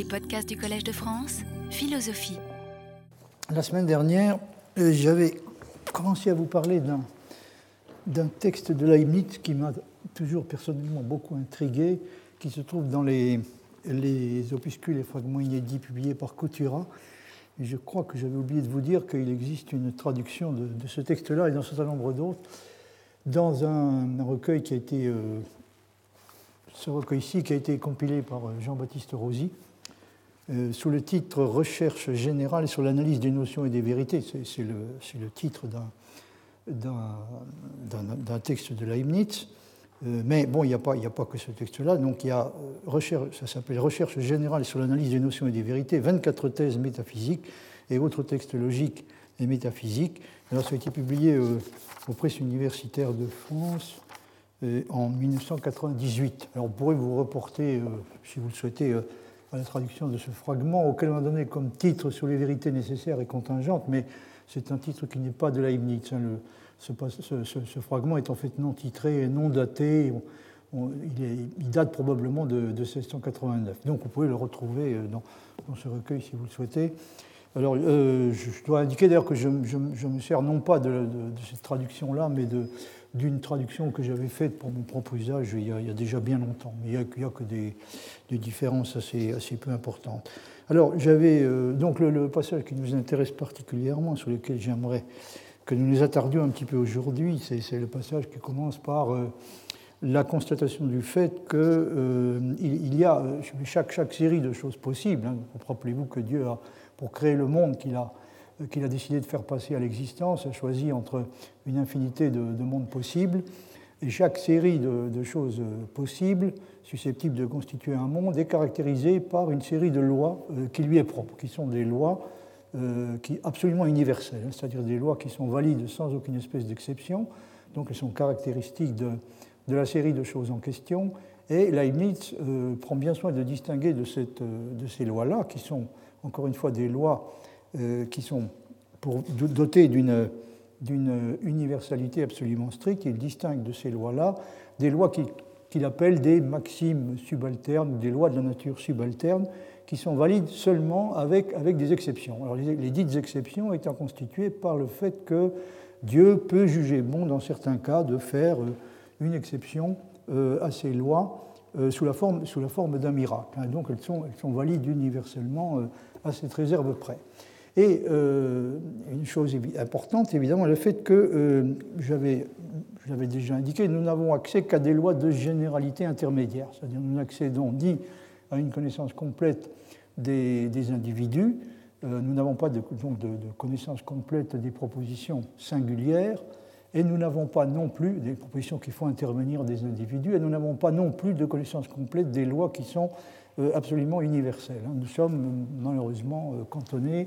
les podcasts du Collège de France, Philosophie. La semaine dernière, j'avais commencé à vous parler d'un texte de Leibniz qui m'a toujours personnellement beaucoup intrigué, qui se trouve dans les opuscules et fragments inédits publiés par Coutura. Et je crois que j'avais oublié de vous dire qu'il existe une traduction de ce texte-là et d'un certain nombre d'autres dans un recueil qui a été... ce recueil-ci qui a été compilé par Jean-Baptiste Rosy sous le titre « Recherche générale sur l'analyse des notions et des vérités ». C'est le titre d'un texte de Leibniz. Mais bon, il n'y a pas que ce texte-là. Donc il y a ça s'appelle « Recherche générale sur l'analyse des notions et des vérités », 24 thèses métaphysiques et autres textes logiques et métaphysiques. Alors ça a été publié aux presses universitaires de France en 1998. Alors, on pourrait vous reporter, si vous le souhaitez, à la traduction de ce fragment, auquel on a donné comme titre « Sur les vérités nécessaires et contingentes », mais c'est un titre qui n'est pas de Leibniz. Ce fragment est en fait non titré et non daté. Il date probablement de 1689. Donc, vous pouvez le retrouver dans ce recueil, si vous le souhaitez. Alors, je dois indiquer d'ailleurs que je me sers non pas de cette traduction-là, mais d'une traduction que j'avais faite pour mon propre usage il y a déjà bien longtemps. Mais il n'y a que des différences assez peu importantes. Alors, j'avais donc le passage qui nous intéresse particulièrement, sur lequel j'aimerais que nous nous attardions un petit peu aujourd'hui, c'est le passage qui commence par la constatation du fait qu'il y a chaque série de choses possibles. Rappelez-vous que Dieu a, pour créer le monde qu'il a décidé de faire passer à l'existence, a choisi entre une infinité de mondes possibles, et chaque série de choses possibles, susceptibles de constituer un monde, est caractérisée par une série de lois qui lui est propre, qui sont des lois absolument universelles, c'est-à-dire des lois qui sont valides sans aucune espèce d'exception, donc elles sont caractéristiques de la série de choses en question, et Leibniz prend bien soin de distinguer de ces lois-là, qui sont encore une fois des lois qui sont dotées d'une universalité absolument stricte. Il distingue de ces lois-là des lois qu'il appelle des maximes subalternes, des lois de la nature subalterne, qui sont valides seulement avec des exceptions. Alors les dites exceptions étant constituées par le fait que Dieu peut juger bon, dans certains cas, de faire une exception à ces lois sous la forme d'un miracle. Donc elles sont valides universellement à cette réserve près. Et une chose importante, évidemment, le fait que, j'avais déjà indiqué, nous n'avons accès qu'à des lois de généralité intermédiaire, c'est-à-dire nous n'accédons ni à une connaissance complète des individus, nous n'avons pas de connaissance complète des propositions singulières, et nous n'avons pas non plus des propositions qui font intervenir des individus, et nous n'avons pas non plus de connaissance complète des lois qui sont absolument universelles. Nous sommes malheureusement cantonnés,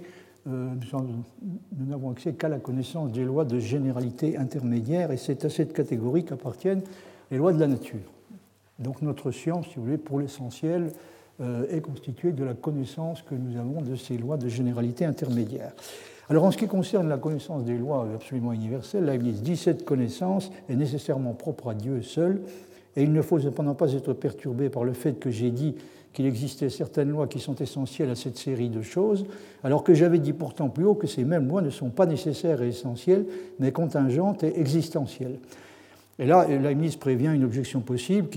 nous n'avons accès qu'à la connaissance des lois de généralité intermédiaire, et c'est à cette catégorie qu'appartiennent les lois de la nature. Donc notre science, si vous voulez, pour l'essentiel, est constituée de la connaissance que nous avons de ces lois de généralité intermédiaire. Alors en ce qui concerne la connaissance des lois absolument universelles, Leibniz dit cette connaissance est nécessairement propre à Dieu seul, et il ne faut cependant pas être perturbé par le fait que j'ai dit qu'il existait certaines lois qui sont essentielles à cette série de choses, alors que j'avais dit pourtant plus haut que ces mêmes lois ne sont pas nécessaires et essentielles, mais contingentes et existentielles. Et là, Leibniz prévient une objection possible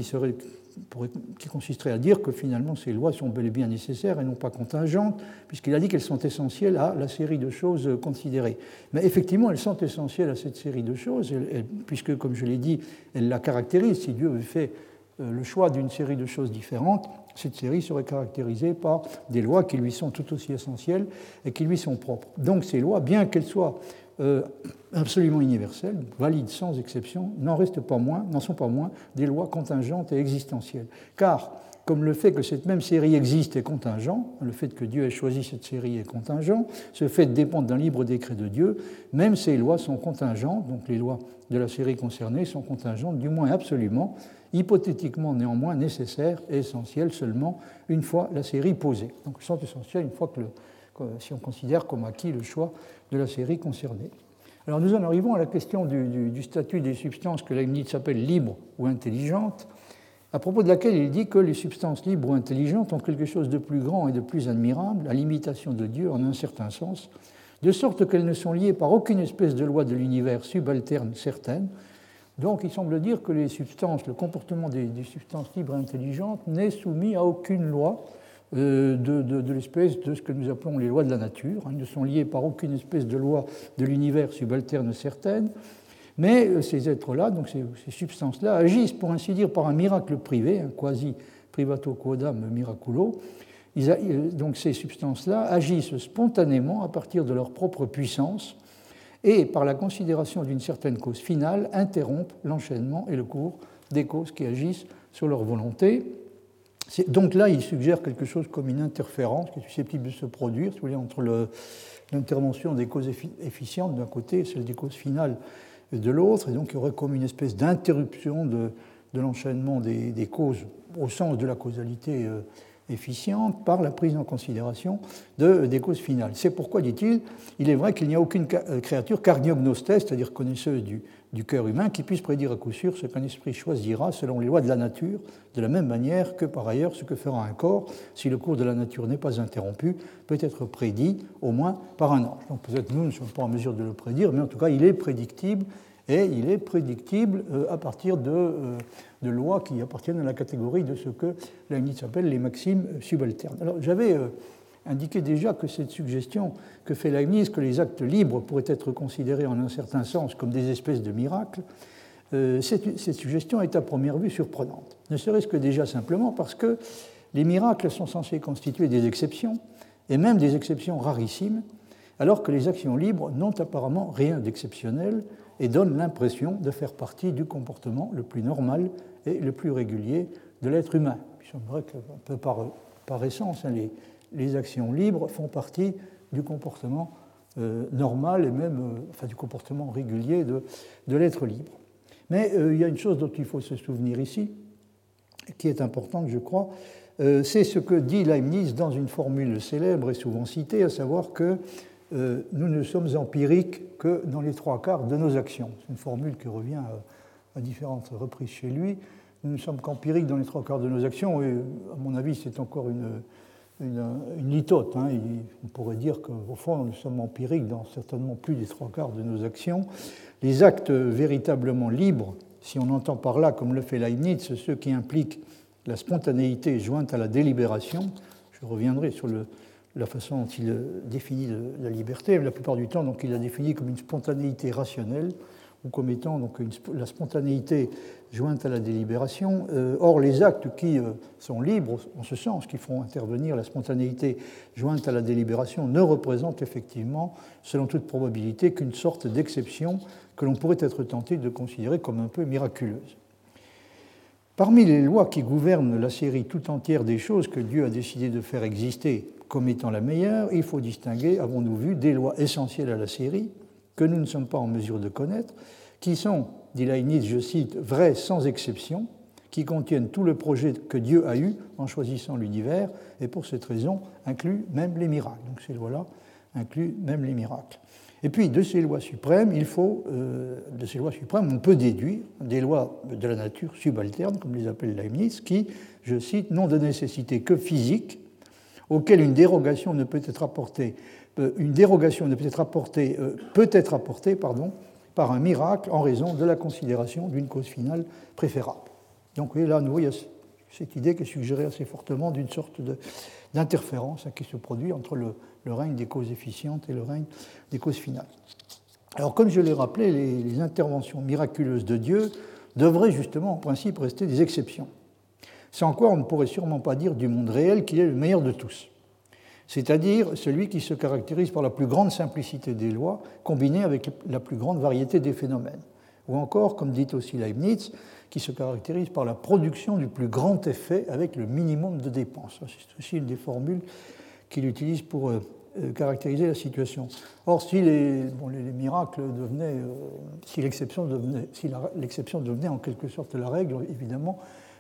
qui consisterait à dire que finalement ces lois sont bel et bien nécessaires et non pas contingentes, puisqu'il a dit qu'elles sont essentielles à la série de choses considérées. Mais effectivement, elles sont essentielles à cette série de choses, puisque, comme je l'ai dit, elles la caractérisent. Si Dieu avait fait le choix d'une série de choses différentes, cette série serait caractérisée par des lois qui lui sont tout aussi essentielles et qui lui sont propres. Donc ces lois, bien qu'elles soient absolument universelles, valides sans exception, n'en sont pas moins des lois contingentes et existentielles. Car, comme le fait que cette même série existe est contingent, le fait que Dieu ait choisi cette série est contingent, ce fait dépend d'un libre décret de Dieu, même ces lois sont contingentes, donc les lois de la série concernée sont contingentes, du moins absolument, hypothétiquement néanmoins nécessaires et essentielles seulement une fois la série posée. Donc elles sont essentielles une fois si on considère comme acquis le choix de la série concernée. Alors nous en arrivons à la question du statut des substances que Leibniz appelle libres ou intelligentes. à propos de laquelle il dit que les substances libres ou intelligentes ont quelque chose de plus grand et de plus admirable, à l'imitation de Dieu en un certain sens, de sorte qu'elles ne sont liées par aucune espèce de loi de l'univers subalterne certaine. Donc il semble dire que les substances, le comportement des substances libres et intelligentes n'est soumis à aucune loi de l'espèce de ce que nous appelons les lois de la nature. Ils ne sont liés par aucune espèce de loi de l'univers subalterne certaine, mais ces êtres-là, donc ces substances-là, agissent pour ainsi dire par un miracle privé, un quasi privato quodam miraculo. Donc ces substances-là agissent spontanément à partir de leur propre puissance et, par la considération d'une certaine cause finale, interrompent l'enchaînement et le cours des causes qui agissent sur leur volonté. Donc là, il suggère quelque chose comme une interférence qui est susceptible de se produire, si vous voulez, entre l'intervention des causes efficientes d'un côté et celle des causes finales de l'autre, et donc il y aurait comme une espèce d'interruption de l'enchaînement des causes au sens de la causalité efficiente par la prise en considération des causes finales. C'est pourquoi, dit-il, il est vrai qu'il n'y a aucune créature cardiognostes, c'est-à-dire connaisseuse du cœur humain, qui puisse prédire à coup sûr ce qu'un esprit choisira selon les lois de la nature, de la même manière que par ailleurs ce que fera un corps, si le cours de la nature n'est pas interrompu, peut être prédit au moins par un ange. Donc peut-être nous ne sommes pas en mesure de le prédire, mais en tout cas il est prédictible, et il est prédictible à partir de lois qui appartiennent à la catégorie de ce que Leibniz appelle les maximes subalternes. Alors j'avais indiqué déjà que cette suggestion que fait Leibniz, que les actes libres pourraient être considérés en un certain sens comme des espèces de miracles, cette suggestion est à première vue surprenante. Ne serait-ce que déjà simplement parce que les miracles sont censés constituer des exceptions, et même des exceptions rarissimes, alors que les actions libres n'ont apparemment rien d'exceptionnel et donnent l'impression de faire partie du comportement le plus normal et le plus régulier de l'être humain. Il semblerait qu'un peu par essence, les actions libres font partie du comportement normal et même du comportement régulier de l'être libre. Mais il y a une chose dont il faut se souvenir ici, qui est importante, je crois, c'est ce que dit Leibniz dans une formule célèbre et souvent citée, à savoir que nous ne sommes empiriques que dans les trois quarts de nos actions. C'est une formule qui revient à différentes reprises chez lui. Nous ne sommes qu'empiriques dans les trois quarts de nos actions, et à mon avis, c'est encore une litote. On pourrait dire qu'au fond, nous sommes empiriques dans certainement plus des trois quarts de nos actions. Les actes véritablement libres, si on entend par là, comme le fait Leibniz, ceux qui impliquent la spontanéité jointe à la délibération, je reviendrai sur la façon dont il définit la liberté, mais la plupart du temps, donc, il la définit comme une spontanéité rationnelle, ou comme étant donc, la spontanéité jointe à la délibération. Or, les actes qui sont libres, en ce sens, qui font intervenir la spontanéité jointe à la délibération, ne représentent effectivement, selon toute probabilité, qu'une sorte d'exception que l'on pourrait être tenté de considérer comme un peu miraculeuse. Parmi les lois qui gouvernent la série tout entière des choses que Dieu a décidé de faire exister comme étant la meilleure, il faut distinguer, avons-nous vu, des lois essentielles à la série, que nous ne sommes pas en mesure de connaître, qui sont, dit Leibniz, je cite, vraies sans exception, qui contiennent tout le projet que Dieu a eu en choisissant l'univers, et pour cette raison incluent même les miracles. Donc ces lois-là incluent même les miracles. Et puis, de ces lois suprêmes, on peut déduire des lois de la nature subalterne, comme les appelle Leibniz, qui, je cite, n'ont de nécessité que physique, auxquelles une dérogation peut être apportée par un miracle en raison de la considération d'une cause finale préférable. Donc, vous voyez, là, il y a cette idée qui est suggérée assez fortement d'une sorte d'interférence qui se produit entre le règne des causes efficientes et le règne des causes finales. Alors, comme je l'ai rappelé, les interventions miraculeuses de Dieu devraient justement, en principe, rester des exceptions. Sans quoi on ne pourrait sûrement pas dire du monde réel qu'il est le meilleur de tous, c'est-à-dire celui qui se caractérise par la plus grande simplicité des lois, combinée avec la plus grande variété des phénomènes. Ou encore, comme dit aussi Leibniz, qui se caractérise par la production du plus grand effet avec le minimum de dépenses. C'est aussi une des formules qu'il utilise pour caractériser la situation. Or, si les miracles devenaient, si l'exception devenait en quelque sorte la règle, évidemment,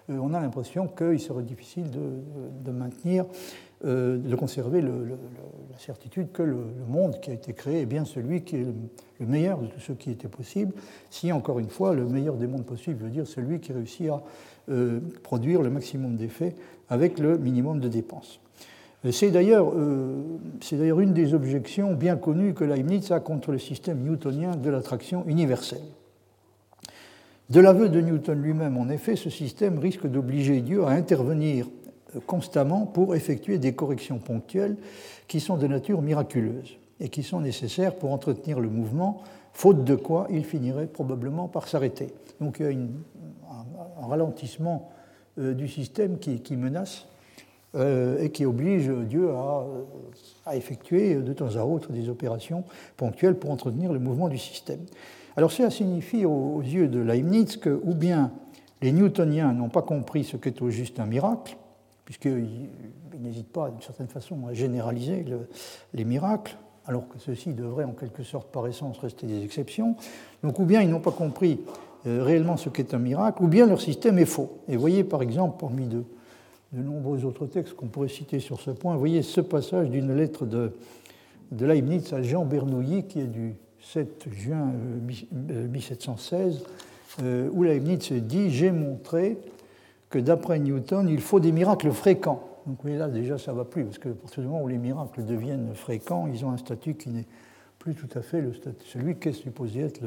on a l'impression qu'il serait difficile de maintenir, de conserver la certitude que le monde qui a été créé est bien celui qui est le meilleur de tout ce qui était possible, si, encore une fois, le meilleur des mondes possibles veut dire celui qui réussit à produire le maximum d'effets avec le minimum de dépenses. C'est d'ailleurs une des objections bien connues que Leibniz a contre le système newtonien de l'attraction universelle. De l'aveu de Newton lui-même, en effet, ce système risque d'obliger Dieu à intervenir constamment pour effectuer des corrections ponctuelles qui sont de nature miraculeuse et qui sont nécessaires pour entretenir le mouvement, faute de quoi il finirait probablement par s'arrêter. Donc il y a un ralentissement du système qui menace et qui oblige Dieu à effectuer de temps à autre des opérations ponctuelles pour entretenir le mouvement du système. Alors cela signifie aux yeux de Leibniz que ou bien les newtoniens n'ont pas compris ce qu'est au juste un miracle, puisqu'ils n'hésitent pas d'une certaine façon à généraliser les miracles, alors que ceux-ci devraient en quelque sorte par essence rester des exceptions. Donc ou bien ils n'ont pas compris réellement ce qu'est un miracle, ou bien leur système est faux. Et voyez par exemple, parmi de nombreux autres textes qu'on pourrait citer sur ce point, voyez ce passage d'une lettre de Leibniz à Jean Bernoulli, qui est du 7 juin 1716, où Leibniz dit « J'ai montré que d'après Newton, il faut des miracles fréquents ». Donc vous voyez là, déjà, ça ne va plus, parce que à partir du moment où les miracles deviennent fréquents, ils ont un statut qui n'est plus tout à fait celui qu'est supposé être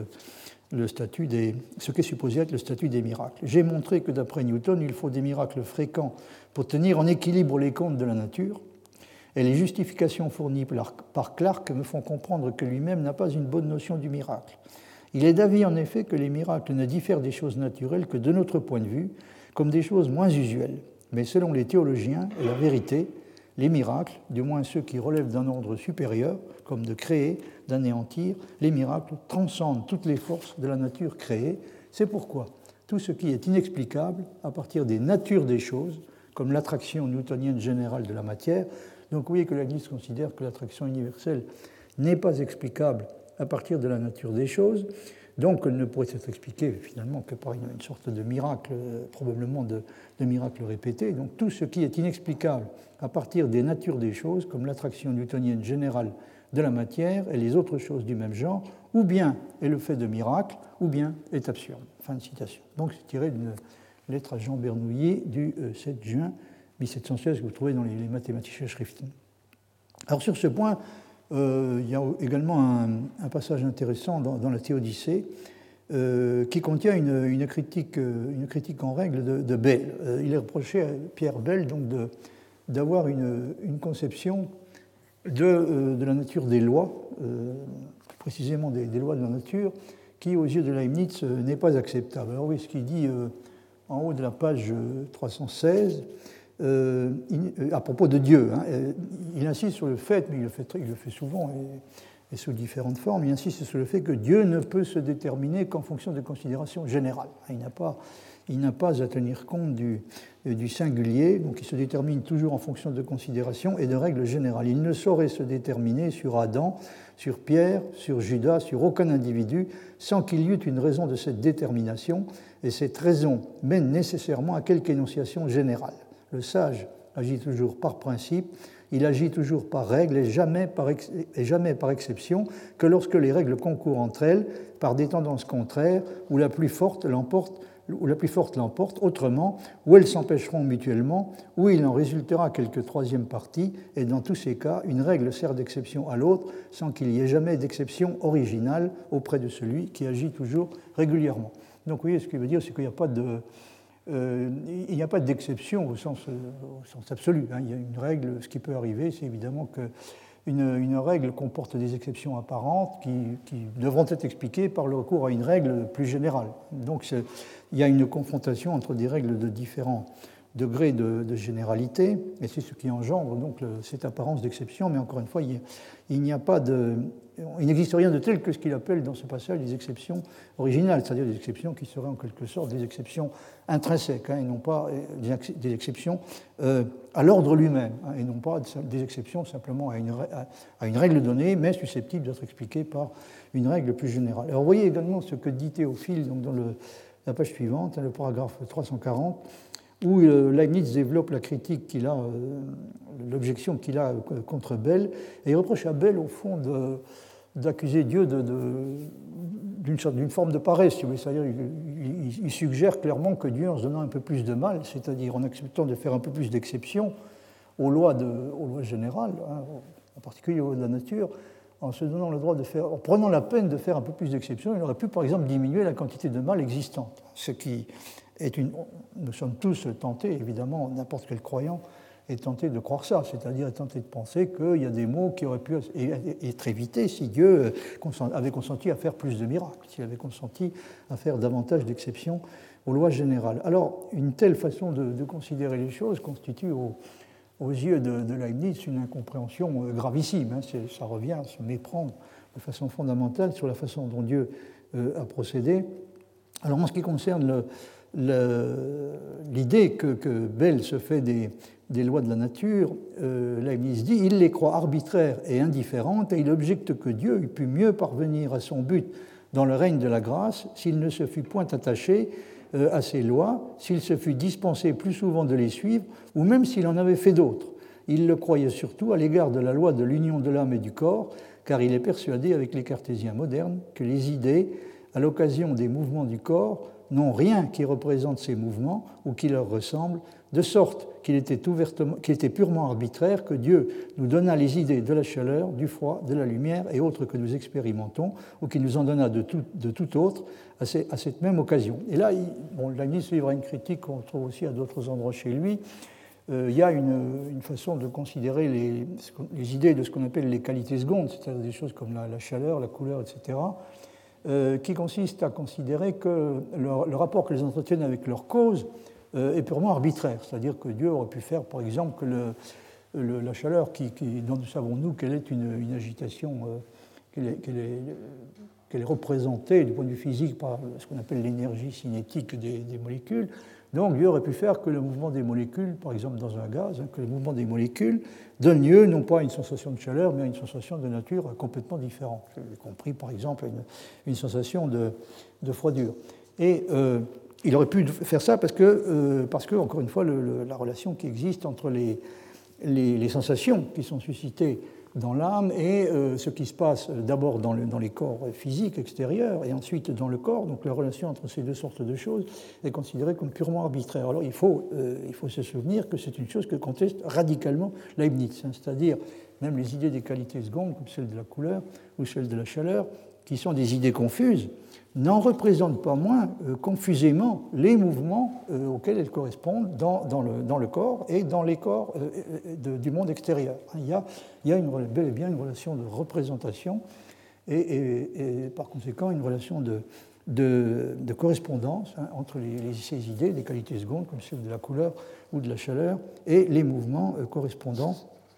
ce qu'est supposé être le statut des miracles. J'ai montré que d'après Newton, il faut des miracles fréquents pour tenir en équilibre les comptes de la nature, et les justifications fournies par Clarke me font comprendre que lui-même n'a pas une bonne notion du miracle. Il est d'avis en effet que les miracles ne diffèrent des choses naturelles que de notre point de vue, comme des choses moins usuelles. Mais selon les théologiens et la vérité, les miracles, du moins ceux qui relèvent d'un ordre supérieur, comme de créer, d'anéantir, les miracles transcendent toutes les forces de la nature créée. C'est pourquoi tout ce qui est inexplicable à partir des natures des choses, comme l'attraction newtonienne générale de la matière. Donc vous voyez que Leibniz considère que l'attraction universelle n'est pas explicable à partir de la nature des choses, donc elle ne pourrait être expliquée finalement que par une sorte de miracle, probablement de miracle répété. Donc tout ce qui est inexplicable à partir des natures des choses, comme l'attraction newtonienne générale de la matière et les autres choses du même genre, ou bien est le fait de miracle, ou bien est absurde. Fin de citation. Donc c'est tiré d'une lettre à Jean Bernoulli du 7 juin 1716 que vous trouvez dans les Mathematische Schriften. Alors sur ce point, il y a également un passage intéressant dans la Théodicée qui contient une critique en règle de Bell. Il est reproché à Pierre Bell donc d'avoir une conception de la nature des lois, plus précisément des lois de la nature, qui aux yeux de Leibniz n'est pas acceptable. Alors oui, ce qu'il dit en haut de la page 316, à propos de Dieu, il insiste sur le fait, mais il le fait souvent et sous différentes formes, il insiste sur le fait que Dieu ne peut se déterminer qu'en fonction de considérations générales. Il n'a pas à tenir compte du singulier, donc il se détermine toujours en fonction de considérations et de règles générales. Il ne saurait se déterminer sur Adam, sur Pierre, sur Judas, sur aucun individu, sans qu'il y eût une raison de cette détermination, et cette raison mène nécessairement à quelque énonciation générale. Le sage agit toujours par principe, il agit toujours par règle et jamais par exception, que lorsque les règles concourent entre elles par des tendances contraires, où la plus forte l'emporte, autrement, où elles s'empêcheront mutuellement, où il en résultera quelque troisième partie, et dans tous ces cas, une règle sert d'exception à l'autre, sans qu'il y ait jamais d'exception originale auprès de celui qui agit toujours régulièrement. Donc vous voyez, ce qu'il veut dire, c'est qu'il n'y a pas d'exception au sens absolu. Il y a une règle, ce qui peut arriver, c'est évidemment qu'une règle comporte des exceptions apparentes qui devront être expliquées par le recours à une règle plus générale. Donc il y a une confrontation entre des règles de différents degrés de généralité, et c'est ce qui engendre donc cette apparence d'exception, mais encore une fois, il n'existe rien de tel que ce qu'il appelle dans ce passage des exceptions originales, c'est-à-dire des exceptions qui seraient en quelque sorte des exceptions intrinsèques, et non pas des exceptions à l'ordre lui-même, et non pas des exceptions simplement à une règle donnée, mais susceptibles d'être expliquées par une règle plus générale. Alors vous voyez également ce que dit Théophile donc dans la page suivante, le paragraphe 340, où Leibniz développe la critique qu'il a, l'objection qu'il a contre Bell, et il reproche à Bell, au fond, d'accuser Dieu d'une forme de paresse. C'est-à-dire il suggère clairement que Dieu, en se donnant un peu plus de mal, c'est-à-dire en acceptant de faire un peu plus d'exceptions aux lois générales, hein, en particulier aux lois de la nature, en se donnant le droit de faire, en prenant la peine de faire un peu plus d'exceptions, il aurait pu, par exemple, diminuer la quantité de mal existante. Ce qui est nous sommes tous tentés, évidemment, n'importe quel croyant est tenté de croire ça, c'est-à-dire est tenté de penser qu'il y a des maux qui auraient pu être évités si Dieu avait consenti à faire plus de miracles, s'il avait consenti à faire davantage d'exceptions aux lois générales. Alors, une telle façon de considérer les choses constitue aux yeux de Leibniz une incompréhension gravissime. Hein. Ça revient à se méprendre de façon fondamentale sur la façon dont Dieu a procédé. Alors, en ce qui concerne l'idée que Bell se fait des lois de la nature, Leibniz dit il les croit arbitraires et indifférentes et il objecte que Dieu eût pu mieux parvenir à son but dans le règne de la grâce s'il ne se fût point attaché à ces lois, s'il se fût dispensé plus souvent de les suivre ou même s'il en avait fait d'autres. Il le croyait surtout à l'égard de la loi de l'union de l'âme et du corps, car il est persuadé avec les cartésiens modernes que les idées, à l'occasion des mouvements du corps, n'ont rien qui représente ces mouvements ou qui leur ressemble, de sorte qu'il était purement arbitraire que Dieu nous donna les idées de la chaleur, du froid, de la lumière et autres que nous expérimentons, ou qu'il nous en donna de tout autre à cette même occasion. Et là, Leibniz livre une critique qu'on trouve aussi à d'autres endroits chez lui. Il y a une façon de considérer les idées de ce qu'on appelle les qualités secondes, c'est-à-dire des choses comme la chaleur, la couleur, etc., qui consiste à considérer que le rapport que les entretiennent avec leur cause est purement arbitraire. C'est-à-dire que Dieu aurait pu faire, par exemple, que la chaleur, dont nous savons, nous, qu'elle est une agitation, qu'elle est représentée du point de vue physique par ce qu'on appelle l'énergie cinétique des molécules. Donc Dieu aurait pu faire que le mouvement des molécules, par exemple dans un gaz, que le mouvement des molécules donne lieu non pas à une sensation de chaleur, mais à une sensation de nature complètement différente, y compris par exemple une sensation de froidure. Et il aurait pu faire ça parce que encore une fois, la relation qui existe entre les sensations qui sont suscitées dans l'âme et ce qui se passe d'abord dans les corps physiques extérieurs et ensuite dans le corps. Donc la relation entre ces deux sortes de choses est considérée comme purement arbitraire. Alors il faut se souvenir que c'est une chose que conteste radicalement Leibniz, hein, c'est-à-dire même les idées des qualités secondes, comme celle de la couleur ou celle de la chaleur, qui sont des idées confuses, n'en représentent pas moins confusément les mouvements auxquels elles correspondent dans le corps et dans les corps du monde extérieur. Il y a bel et bien une relation de représentation et par conséquent une relation de correspondance, hein, entre ces idées, des qualités secondes, comme celle de la couleur ou de la chaleur, et les mouvements correspondants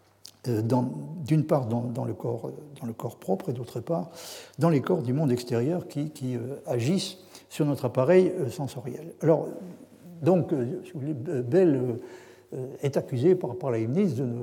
d'une part dans le corps propre et d'autre part dans les corps du monde extérieur qui agissent sur notre appareil sensoriel. Alors, donc, si vous voulez, Bell est accusé par Leibniz de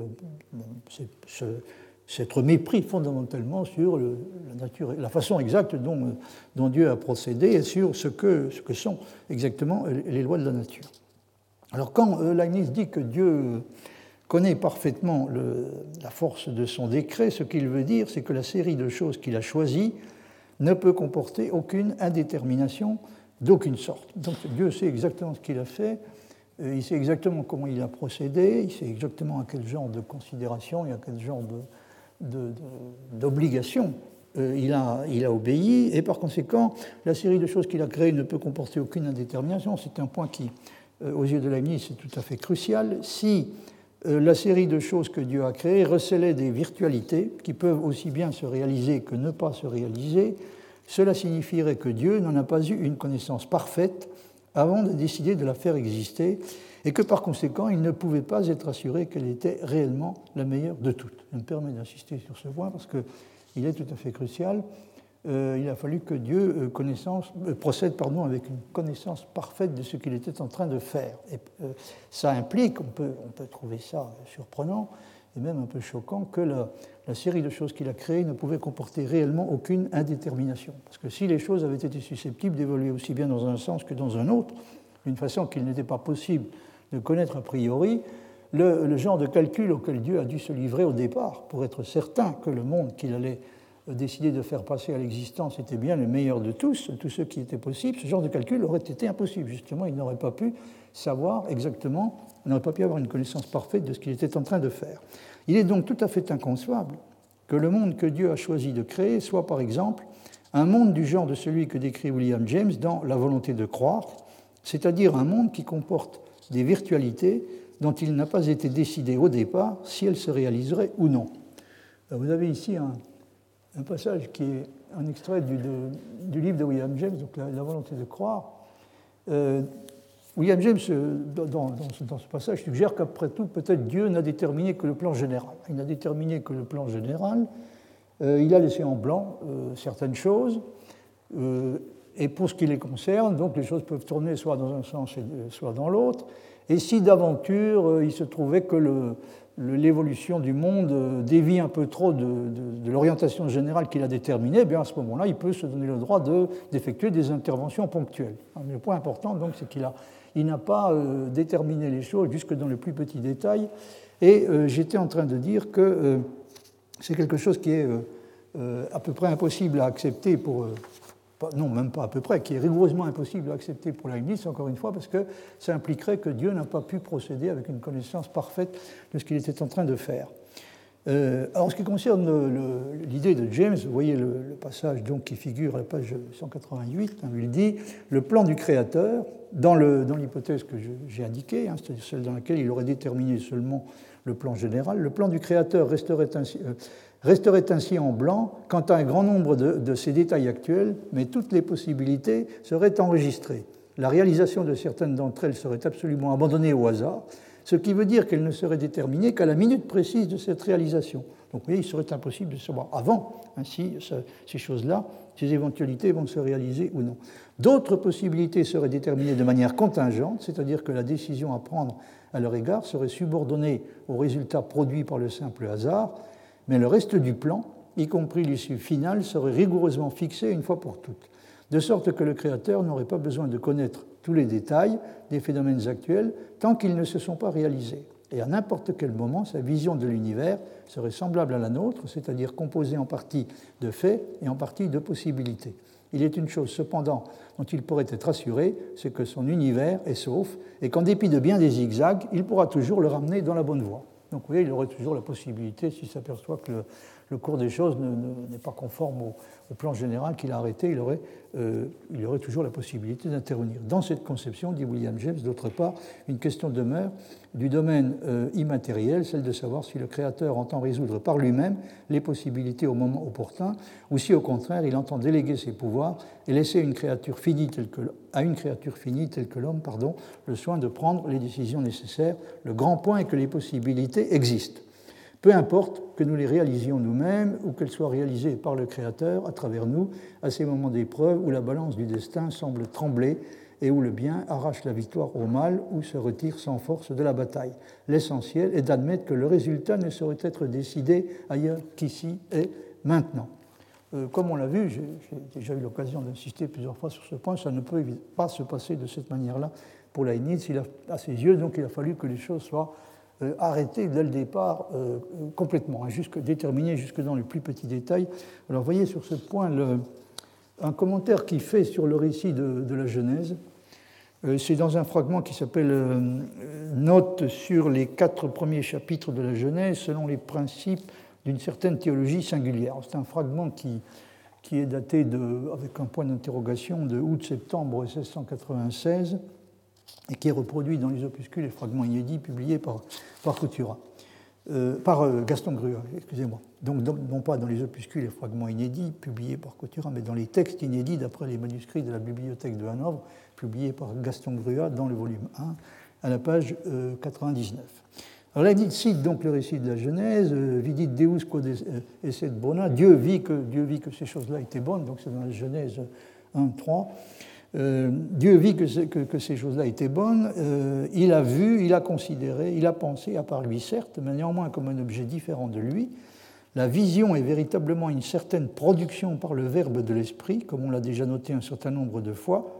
s'être mépris fondamentalement sur la façon exacte dont Dieu a procédé et sur ce que sont exactement les lois de la nature. Alors, quand Leibniz dit que Dieu connaît parfaitement la force de son décret, ce qu'il veut dire, c'est que la série de choses qu'il a choisies ne peut comporter aucune indétermination d'aucune sorte. Donc Dieu sait exactement ce qu'il a fait, il sait exactement comment il a procédé, il sait exactement à quel genre de considération et à quel genre d'obligation il a obéi, et par conséquent, la série de choses qu'il a créées ne peut comporter aucune indétermination. C'est un point qui, aux yeux de Leibniz, c'est tout à fait crucial. Si la série de choses que Dieu a créées recelait des virtualités qui peuvent aussi bien se réaliser que ne pas se réaliser, cela signifierait que Dieu n'en a pas eu une connaissance parfaite avant de décider de la faire exister et que par conséquent, il ne pouvait pas être assuré qu'elle était réellement la meilleure de toutes. Je me permets d'insister sur ce point parce qu'il est tout à fait crucial. Il a fallu que Dieu procède avec une connaissance parfaite de ce qu'il était en train de faire. Et ça implique, on peut trouver ça surprenant et même un peu choquant, que la série de choses qu'il a créées ne pouvait comporter réellement aucune indétermination. Parce que si les choses avaient été susceptibles d'évoluer aussi bien dans un sens que dans un autre, d'une façon qu'il n'était pas possible de connaître a priori le genre de calcul auquel Dieu a dû se livrer au départ pour être certain que le monde qu'il allait décider de faire passer à l'existence était bien le meilleur de tous ceux qui étaient possibles. Ce genre de calcul aurait été impossible. Justement, il n'aurait pas pu savoir exactement, il n'aurait pas pu avoir une connaissance parfaite de ce qu'il était en train de faire. Il est donc tout à fait inconcevable que le monde que Dieu a choisi de créer soit, par exemple, un monde du genre de celui que décrit William James dans La volonté de croire, c'est-à-dire un monde qui comporte des virtualités dont il n'a pas été décidé au départ si elles se réaliseraient ou non. Vous avez ici un passage qui est un extrait du livre de William James, donc La volonté de croire. William James, dans ce passage, suggère qu'après tout, peut-être Dieu n'a déterminé que le plan général. Il n'a déterminé que le plan général. Il a laissé en blanc certaines choses. Et pour ce qui les concerne, donc les choses peuvent tourner soit dans un sens, soit dans l'autre. Et si d'aventure, il se trouvait que l'évolution du monde dévie un peu trop de l'orientation générale qu'il a déterminée, eh bien à ce moment-là, il peut se donner le droit d'effectuer des interventions ponctuelles. Le point important, donc, c'est qu'il n'a pas déterminé les choses jusque dans le plus petit détail. Et j'étais en train de dire que c'est quelque chose qui est à peu près impossible à accepter pour... non, même pas à peu près, qui est rigoureusement impossible à accepter pour Leibniz, encore une fois, parce que ça impliquerait que Dieu n'a pas pu procéder avec une connaissance parfaite de ce qu'il était en train de faire. Alors, en ce qui concerne l'idée de James, vous voyez le passage donc, qui figure à la page 188, où il dit « Le plan du Créateur, dans l'hypothèse que j'ai indiquée, c'est-à-dire celle dans laquelle il aurait déterminé seulement le plan général, le plan du Créateur resterait ainsi en blanc quant à un grand nombre de ces détails actuels, mais toutes les possibilités seraient enregistrées. La réalisation de certaines d'entre elles serait absolument abandonnée au hasard, ce qui veut dire qu'elle ne serait déterminée qu'à la minute précise de cette réalisation. Donc vous voyez, il serait impossible de savoir avant si ces choses-là, ces éventualités vont se réaliser ou non. D'autres possibilités seraient déterminées de manière contingente, c'est-à-dire que la décision à prendre à leur égard serait subordonnée aux résultats produits par le simple hasard, mais le reste du plan, y compris l'issue finale, serait rigoureusement fixé une fois pour toutes, de sorte que le Créateur n'aurait pas besoin de connaître tous les détails des phénomènes actuels tant qu'ils ne se sont pas réalisés. Et à n'importe quel moment, sa vision de l'univers serait semblable à la nôtre, c'est-à-dire composée en partie de faits et en partie de possibilités. Il est une chose cependant dont il pourrait être assuré, c'est que son univers est sauf et qu'en dépit de bien des zigzags, il pourra toujours le ramener dans la bonne voie. Donc vous voyez, il aurait toujours la possibilité, s'il s'aperçoit que le cours des choses n'est pas conforme au plan général qu'il a arrêté, il aurait toujours la possibilité d'intervenir. Dans cette conception, dit William James, d'autre part, une question demeure du domaine immatériel, celle de savoir si le Créateur entend résoudre par lui-même les possibilités au moment opportun, ou si au contraire il entend déléguer ses pouvoirs et laisser à une créature finie telle que l'homme, le soin de prendre les décisions nécessaires. Le grand point est que les possibilités existent. Peu importe que nous les réalisions nous-mêmes ou qu'elles soient réalisées par le Créateur à travers nous, à ces moments d'épreuve où la balance du destin semble trembler et où le bien arrache la victoire au mal ou se retire sans force de la bataille. L'essentiel est d'admettre que le résultat ne saurait être décidé ailleurs qu'ici et maintenant. Comme on l'a vu, j'ai déjà eu l'occasion d'insister plusieurs fois sur ce point, ça ne peut pas se passer de cette manière-là pour Leibniz. À ses yeux, donc, il a fallu que les choses soient arrêtées dès le départ complètement, déterminées jusque dans les plus petits détails. Alors, vous voyez sur ce point un commentaire qu'il fait sur le récit de la Genèse. C'est dans un fragment qui s'appelle « Note sur les 4 premiers chapitres de la Genèse selon les principes d'une certaine théologie singulière ». C'est un fragment qui est daté avec un point d'interrogation de août-septembre 1696 et qui est reproduit dans les opuscules et fragments inédits publiés par Gaston Grua, excusez-moi. Donc non pas dans les opuscules et fragments inédits publiés par Couturat, mais dans les textes inédits d'après les manuscrits de la bibliothèque de Hanovre, publiés par Gaston Grua dans le volume 1, à la page 99. Alors là, il cite donc le récit de la Genèse, Vidit Deus quod esset bona, Dieu vit que ces choses-là étaient bonnes, donc c'est dans la Genèse 1, 3. Dieu vit que ces choses-là étaient bonnes, il a vu, il a considéré, il a pensé, à part lui certes, mais néanmoins comme un objet différent de lui. La vision est véritablement une certaine production par le verbe de l'esprit, comme on l'a déjà noté un certain nombre de fois,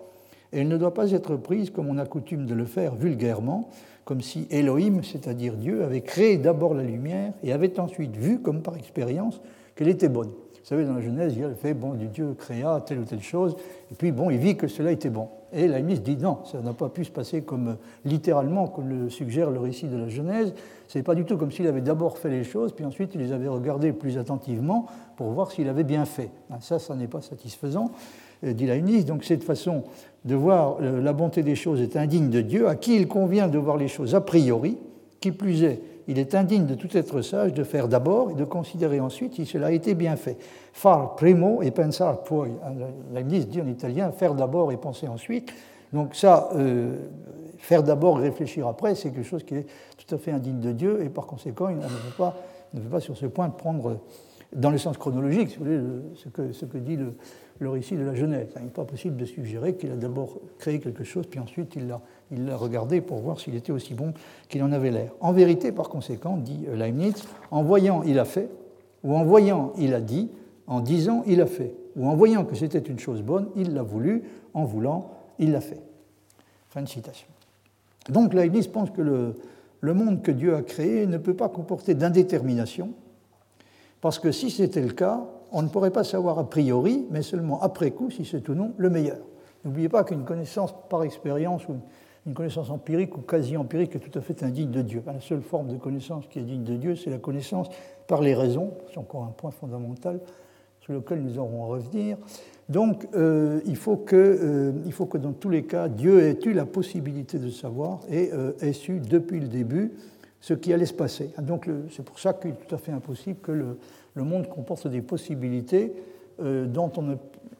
et elle ne doit pas être prise comme on a coutume de le faire vulgairement, comme si Elohim, c'est-à-dire Dieu, avait créé d'abord la lumière et avait ensuite vu, comme par expérience, qu'elle était bonne. Vous savez, dans la Genèse, il y a le fait, bon, Dieu créa telle ou telle chose, et puis, bon, il vit que cela était bon. Et Leibniz dit non, ça n'a pas pu se passer comme littéralement, comme le suggère le récit de la Genèse. Ce n'est pas du tout comme s'il avait d'abord fait les choses, puis ensuite il les avait regardées plus attentivement pour voir s'il avait bien fait. Ça n'est pas satisfaisant, dit Leibniz. Donc cette façon de voir la bonté des choses est indigne de Dieu, à qui il convient de voir les choses a priori, qui plus est, il est indigne de tout être sage de faire d'abord et de considérer ensuite si cela a été bien fait. Far primo et pensar poi. Leibniz dit en italien faire d'abord et penser ensuite. Donc ça, faire d'abord et réfléchir après, c'est quelque chose qui est tout à fait indigne de Dieu et par conséquent, il ne veut pas sur ce point prendre dans le sens chronologique, si vous voulez, ce que dit le récit de la Genèse. Il n'est pas possible de suggérer qu'il a d'abord créé quelque chose, puis ensuite il l'a regardé pour voir s'il était aussi bon qu'il en avait l'air. En vérité, par conséquent, dit Leibniz, en voyant, il a fait, ou en voyant, il a dit, en disant, il a fait, ou en voyant que c'était une chose bonne, il l'a voulu, en voulant, il l'a fait. Fin de citation. Donc Leibniz pense que le monde que Dieu a créé ne peut pas comporter d'indétermination, parce que si c'était le cas, on ne pourrait pas savoir a priori, mais seulement après coup, si c'est ou non le meilleur. N'oubliez pas qu'une connaissance par expérience ou une connaissance empirique ou quasi-empirique est tout à fait indigne de Dieu. La seule forme de connaissance qui est digne de Dieu, c'est la connaissance par les raisons. C'est encore un point fondamental sur lequel nous aurons à revenir. Donc, il faut que dans tous les cas, Dieu ait eu la possibilité de savoir et ait su depuis le début ce qui allait se passer. Donc, c'est pour ça qu'il est tout à fait impossible que le monde comporte des possibilités dont on ne...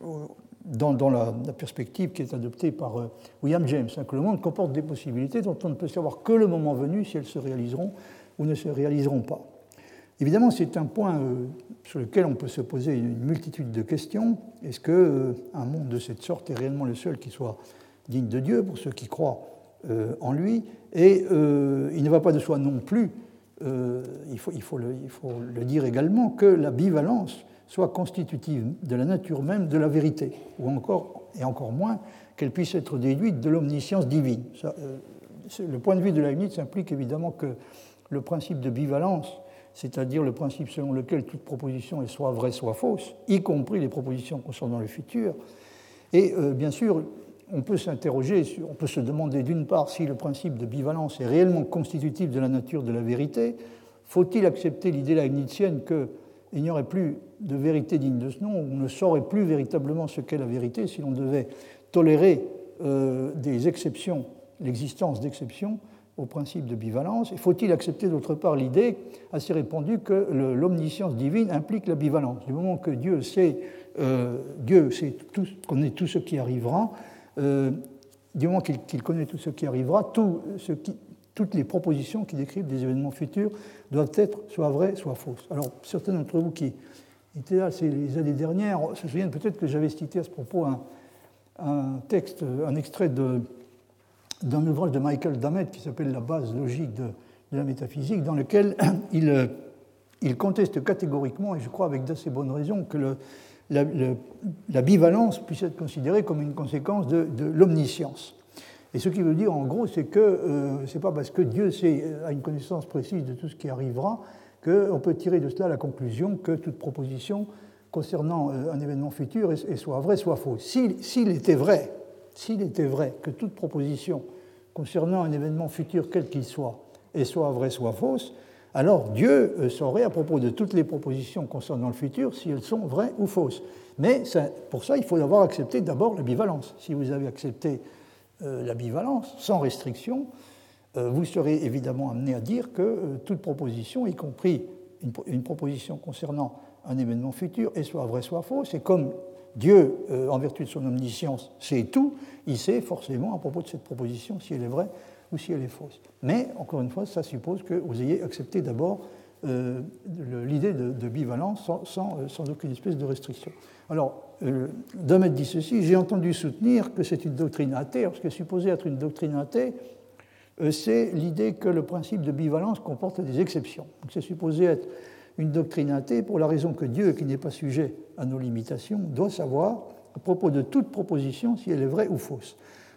Dans la perspective qui est adoptée par William James, que le monde comporte des possibilités dont on ne peut savoir que le moment venu si elles se réaliseront ou ne se réaliseront pas. Évidemment, c'est un point sur lequel on peut se poser une multitude de questions. Est-ce qu'un monde de cette sorte est réellement le seul qui soit digne de Dieu pour ceux qui croient en lui? Et il ne va pas de soi non plus, il faut le dire également, que la bivalence soit constitutive de la nature même de la vérité, ou encore, et encore moins, qu'elle puisse être déduite de l'omniscience divine. Ça, le point de vue de Leibniz implique évidemment que le principe de bivalence, c'est-à-dire le principe selon lequel toute proposition est soit vraie, soit fausse, y compris les propositions concernant le futur, et bien sûr, on peut s'interroger, on peut se demander d'une part si le principe de bivalence est réellement constitutif de la nature de la vérité. Faut-il accepter l'idée leibnizienne qu'il n'y aurait plus de vérité digne de ce nom, on ne saurait plus véritablement ce qu'est la vérité si l'on devait tolérer des exceptions, l'existence d'exceptions au principe de bivalence. Et faut-il accepter d'autre part l'idée assez répandue que l'omniscience divine implique la bivalence? Du moment que Dieu sait connaît tout ce qui arrivera, du moment qu'il connaît tout ce qui arrivera, toutes les propositions qui décrivent des événements futurs doivent être soit vraies, soit fausses. Alors, certains d'entre vous qui étaient là les années dernières se souviennent peut-être que j'avais cité à ce propos un extrait d'un ouvrage de Michael Dammett qui s'appelle « La base logique de la métaphysique », dans lequel il conteste catégoriquement, et je crois avec d'assez bonnes raisons, que la bivalence puisse être considérée comme une conséquence de l'omniscience. Et ce qui veut dire, en gros, c'est que ce n'est pas parce que Dieu a une connaissance précise de tout ce qui arrivera qu'on peut tirer de cela la conclusion que toute proposition concernant un événement futur est soit vraie, soit fausse. S'il était vrai que toute proposition concernant un événement futur, quel qu'il soit, est soit vraie, soit fausse, alors Dieu saurait à propos de toutes les propositions concernant le futur si elles sont vraies ou fausses. Mais pour ça, il faut avoir accepté d'abord la bivalence. Si vous avez accepté la bivalence sans restriction, vous serez évidemment amené à dire que toute proposition, y compris une proposition concernant un événement futur, est soit vraie, soit fausse. Et comme Dieu, en vertu de son omniscience, sait tout, il sait forcément à propos de cette proposition si elle est vraie ou si elle est fausse. Mais, encore une fois, ça suppose que vous ayez accepté d'abord l'idée de bivalence sans aucune espèce de restriction. Alors, Dammett dit ceci, j'ai entendu soutenir que c'est une doctrine athée. Alors, ce qui est supposé être une doctrine athée, c'est l'idée que le principe de bivalence comporte des exceptions. Donc, c'est supposé être une doctrine athée pour la raison que Dieu, qui n'est pas sujet à nos limitations, doit savoir à propos de toute proposition si elle est vraie ou fausse.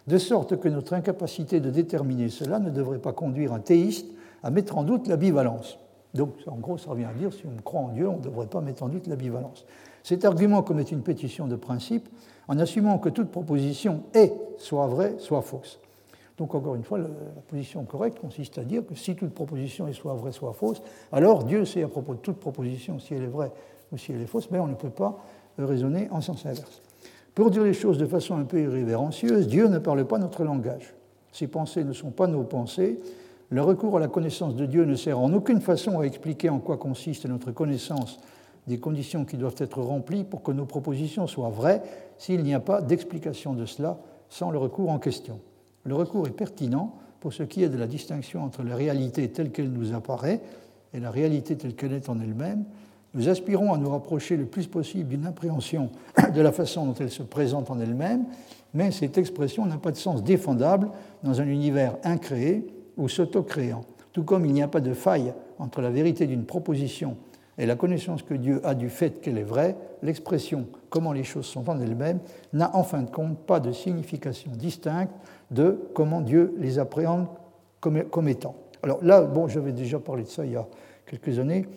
de sorte que notre incapacité de déterminer cela ne devrait pas conduire un théiste à mettre en doute la bivalence. Donc, en gros, ça revient à dire, si on croit en Dieu, on ne devrait pas mettre en doute la bivalence. Cet argument commet une pétition de principe en assumant que toute proposition est soit vraie, soit fausse. Donc, encore une fois, la position correcte consiste à dire que si toute proposition est soit vraie, soit fausse, alors Dieu sait à propos de toute proposition si elle est vraie ou si elle est fausse, mais on ne peut pas raisonner en sens inverse. Pour dire les choses de façon un peu irrévérencieuse, Dieu ne parle pas notre langage. Ses pensées ne sont pas nos pensées. Le recours à la connaissance de Dieu ne sert en aucune façon à expliquer en quoi consiste notre connaissance des conditions qui doivent être remplies pour que nos propositions soient vraies s'il n'y a pas d'explication de cela sans le recours en question. Le recours est pertinent pour ce qui est de la distinction entre la réalité telle qu'elle nous apparaît et la réalité telle qu'elle est en elle-même. Nous aspirons à nous rapprocher le plus possible d'une appréhension de la façon dont elle se présente en elle-même, mais cette expression n'a pas de sens défendable dans un univers incréé ou s'auto-créant. Tout comme il n'y a pas de faille entre la vérité d'une proposition et la connaissance que Dieu a du fait qu'elle est vraie, l'expression « comment les choses sont en elles-mêmes » n'a en fin de compte pas de signification distincte de comment Dieu les appréhende comme étant. Alors là, bon, j'avais déjà parlé de ça il y a quelques années.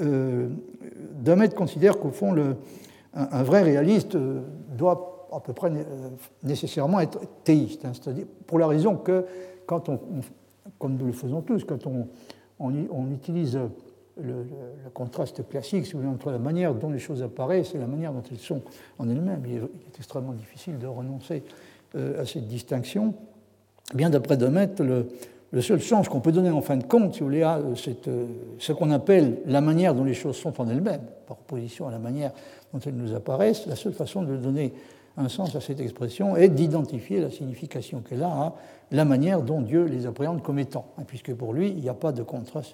Dummett considère qu'au fond, un vrai réaliste doit à peu près nécessairement être théiste, hein, c'est-à-dire pour la raison que, quand comme nous le faisons tous, quand on utilise le contraste classique entre la manière dont les choses apparaissent et la manière dont elles sont en elles-mêmes, il est extrêmement difficile de renoncer à cette distinction. Bien d'après Dummett, le seul sens qu'on peut donner en fin de compte, si vous voulez, à ce qu'on appelle la manière dont les choses sont en elles-mêmes, par opposition à la manière dont elles nous apparaissent, la seule façon de donner un sens à cette expression est d'identifier la signification qu'elle a à la manière dont Dieu les appréhende comme étant, puisque pour lui, il n'y a pas de contraste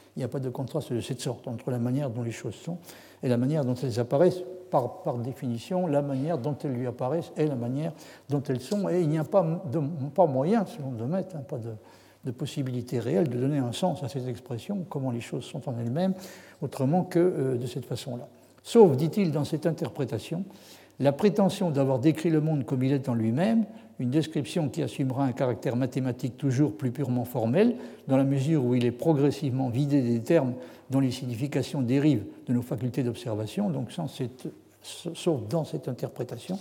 de cette sorte entre la manière dont les choses sont et la manière dont elles apparaissent. Par définition, la manière dont elles lui apparaissent est la manière dont elles sont, et il n'y a pas moyen, selon Dummett, pas de possibilité réelle de donner un sens à cette expression, comment les choses sont en elles-mêmes, autrement que de cette façon-là. Sauf, dit-il dans cette interprétation, la prétention d'avoir décrit le monde comme il est en lui-même, une description qui assumera un caractère mathématique toujours plus purement formel, dans la mesure où il est progressivement vidé des termes dont les significations dérivent de nos facultés d'observation. Donc, sauf dans cette interprétation,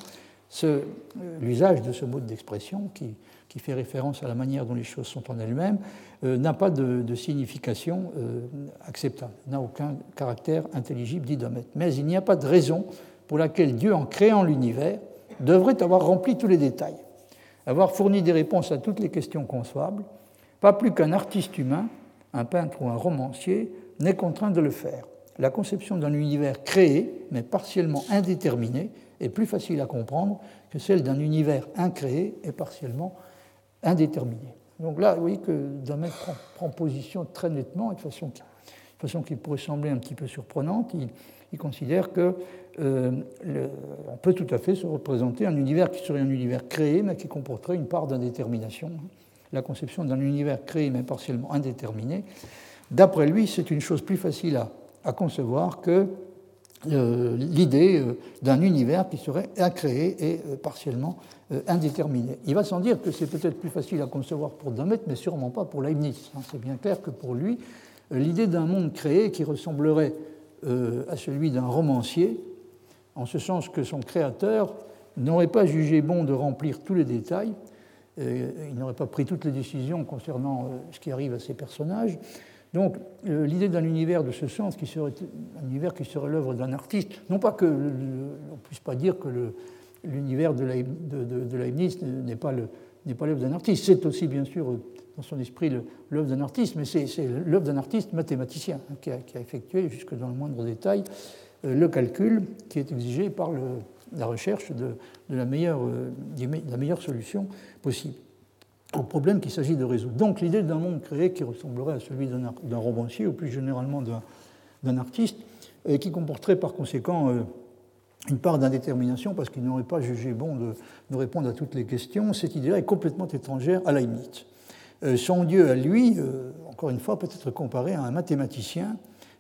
l'usage de ce mode d'expression qui fait référence à la manière dont les choses sont en elles-mêmes n'a pas de signification acceptable, n'a aucun caractère intelligible, dit Dummett. Mais il n'y a pas de raison pour laquelle Dieu, en créant l'univers, devrait avoir rempli tous les détails, avoir fourni des réponses à toutes les questions concevables, pas plus qu'un artiste humain, un peintre ou un romancier, n'est contraint de le faire. La conception d'un univers créé, mais partiellement indéterminé, est plus facile à comprendre que celle d'un univers incréé et partiellement indéterminé. Donc là, vous voyez que Dummett prend position très nettement, de façon qui pourrait sembler un petit peu surprenante. Il considère que on peut tout à fait se représenter un univers qui serait un univers créé, mais qui comporterait une part d'indétermination. La conception d'un univers créé, mais partiellement indéterminé, d'après lui, c'est une chose plus facile à concevoir que l'idée d'un univers qui serait incréé et partiellement indéterminé. Il va sans dire que c'est peut-être plus facile à concevoir pour Dummett, mais sûrement pas pour Leibniz. C'est bien clair que pour lui, l'idée d'un monde créé qui ressemblerait à celui d'un romancier, en ce sens que son créateur n'aurait pas jugé bon de remplir tous les détails, il n'aurait pas pris toutes les décisions concernant ce qui arrive à ses personnages. Donc l'idée d'un univers de ce sens, qui serait un univers qui serait l'œuvre d'un artiste, non pas qu'on ne puisse pas dire que l'univers de Leibniz n'est pas l'œuvre d'un artiste, c'est aussi bien sûr dans son esprit l'œuvre d'un artiste, mais c'est l'œuvre d'un artiste mathématicien qui a effectué jusque dans le moindre détail le calcul qui est exigé par la recherche de la meilleure solution possible au problème qu'il s'agit de résoudre. Donc l'idée d'un monde créé qui ressemblerait à celui d'un romancier ou plus généralement d'un artiste, et qui comporterait par conséquent une part d'indétermination parce qu'il n'aurait pas jugé bon de répondre à toutes les questions, cette idée-là est complètement étrangère à Leibniz. Son Dieu à lui, encore une fois, peut être comparé à un mathématicien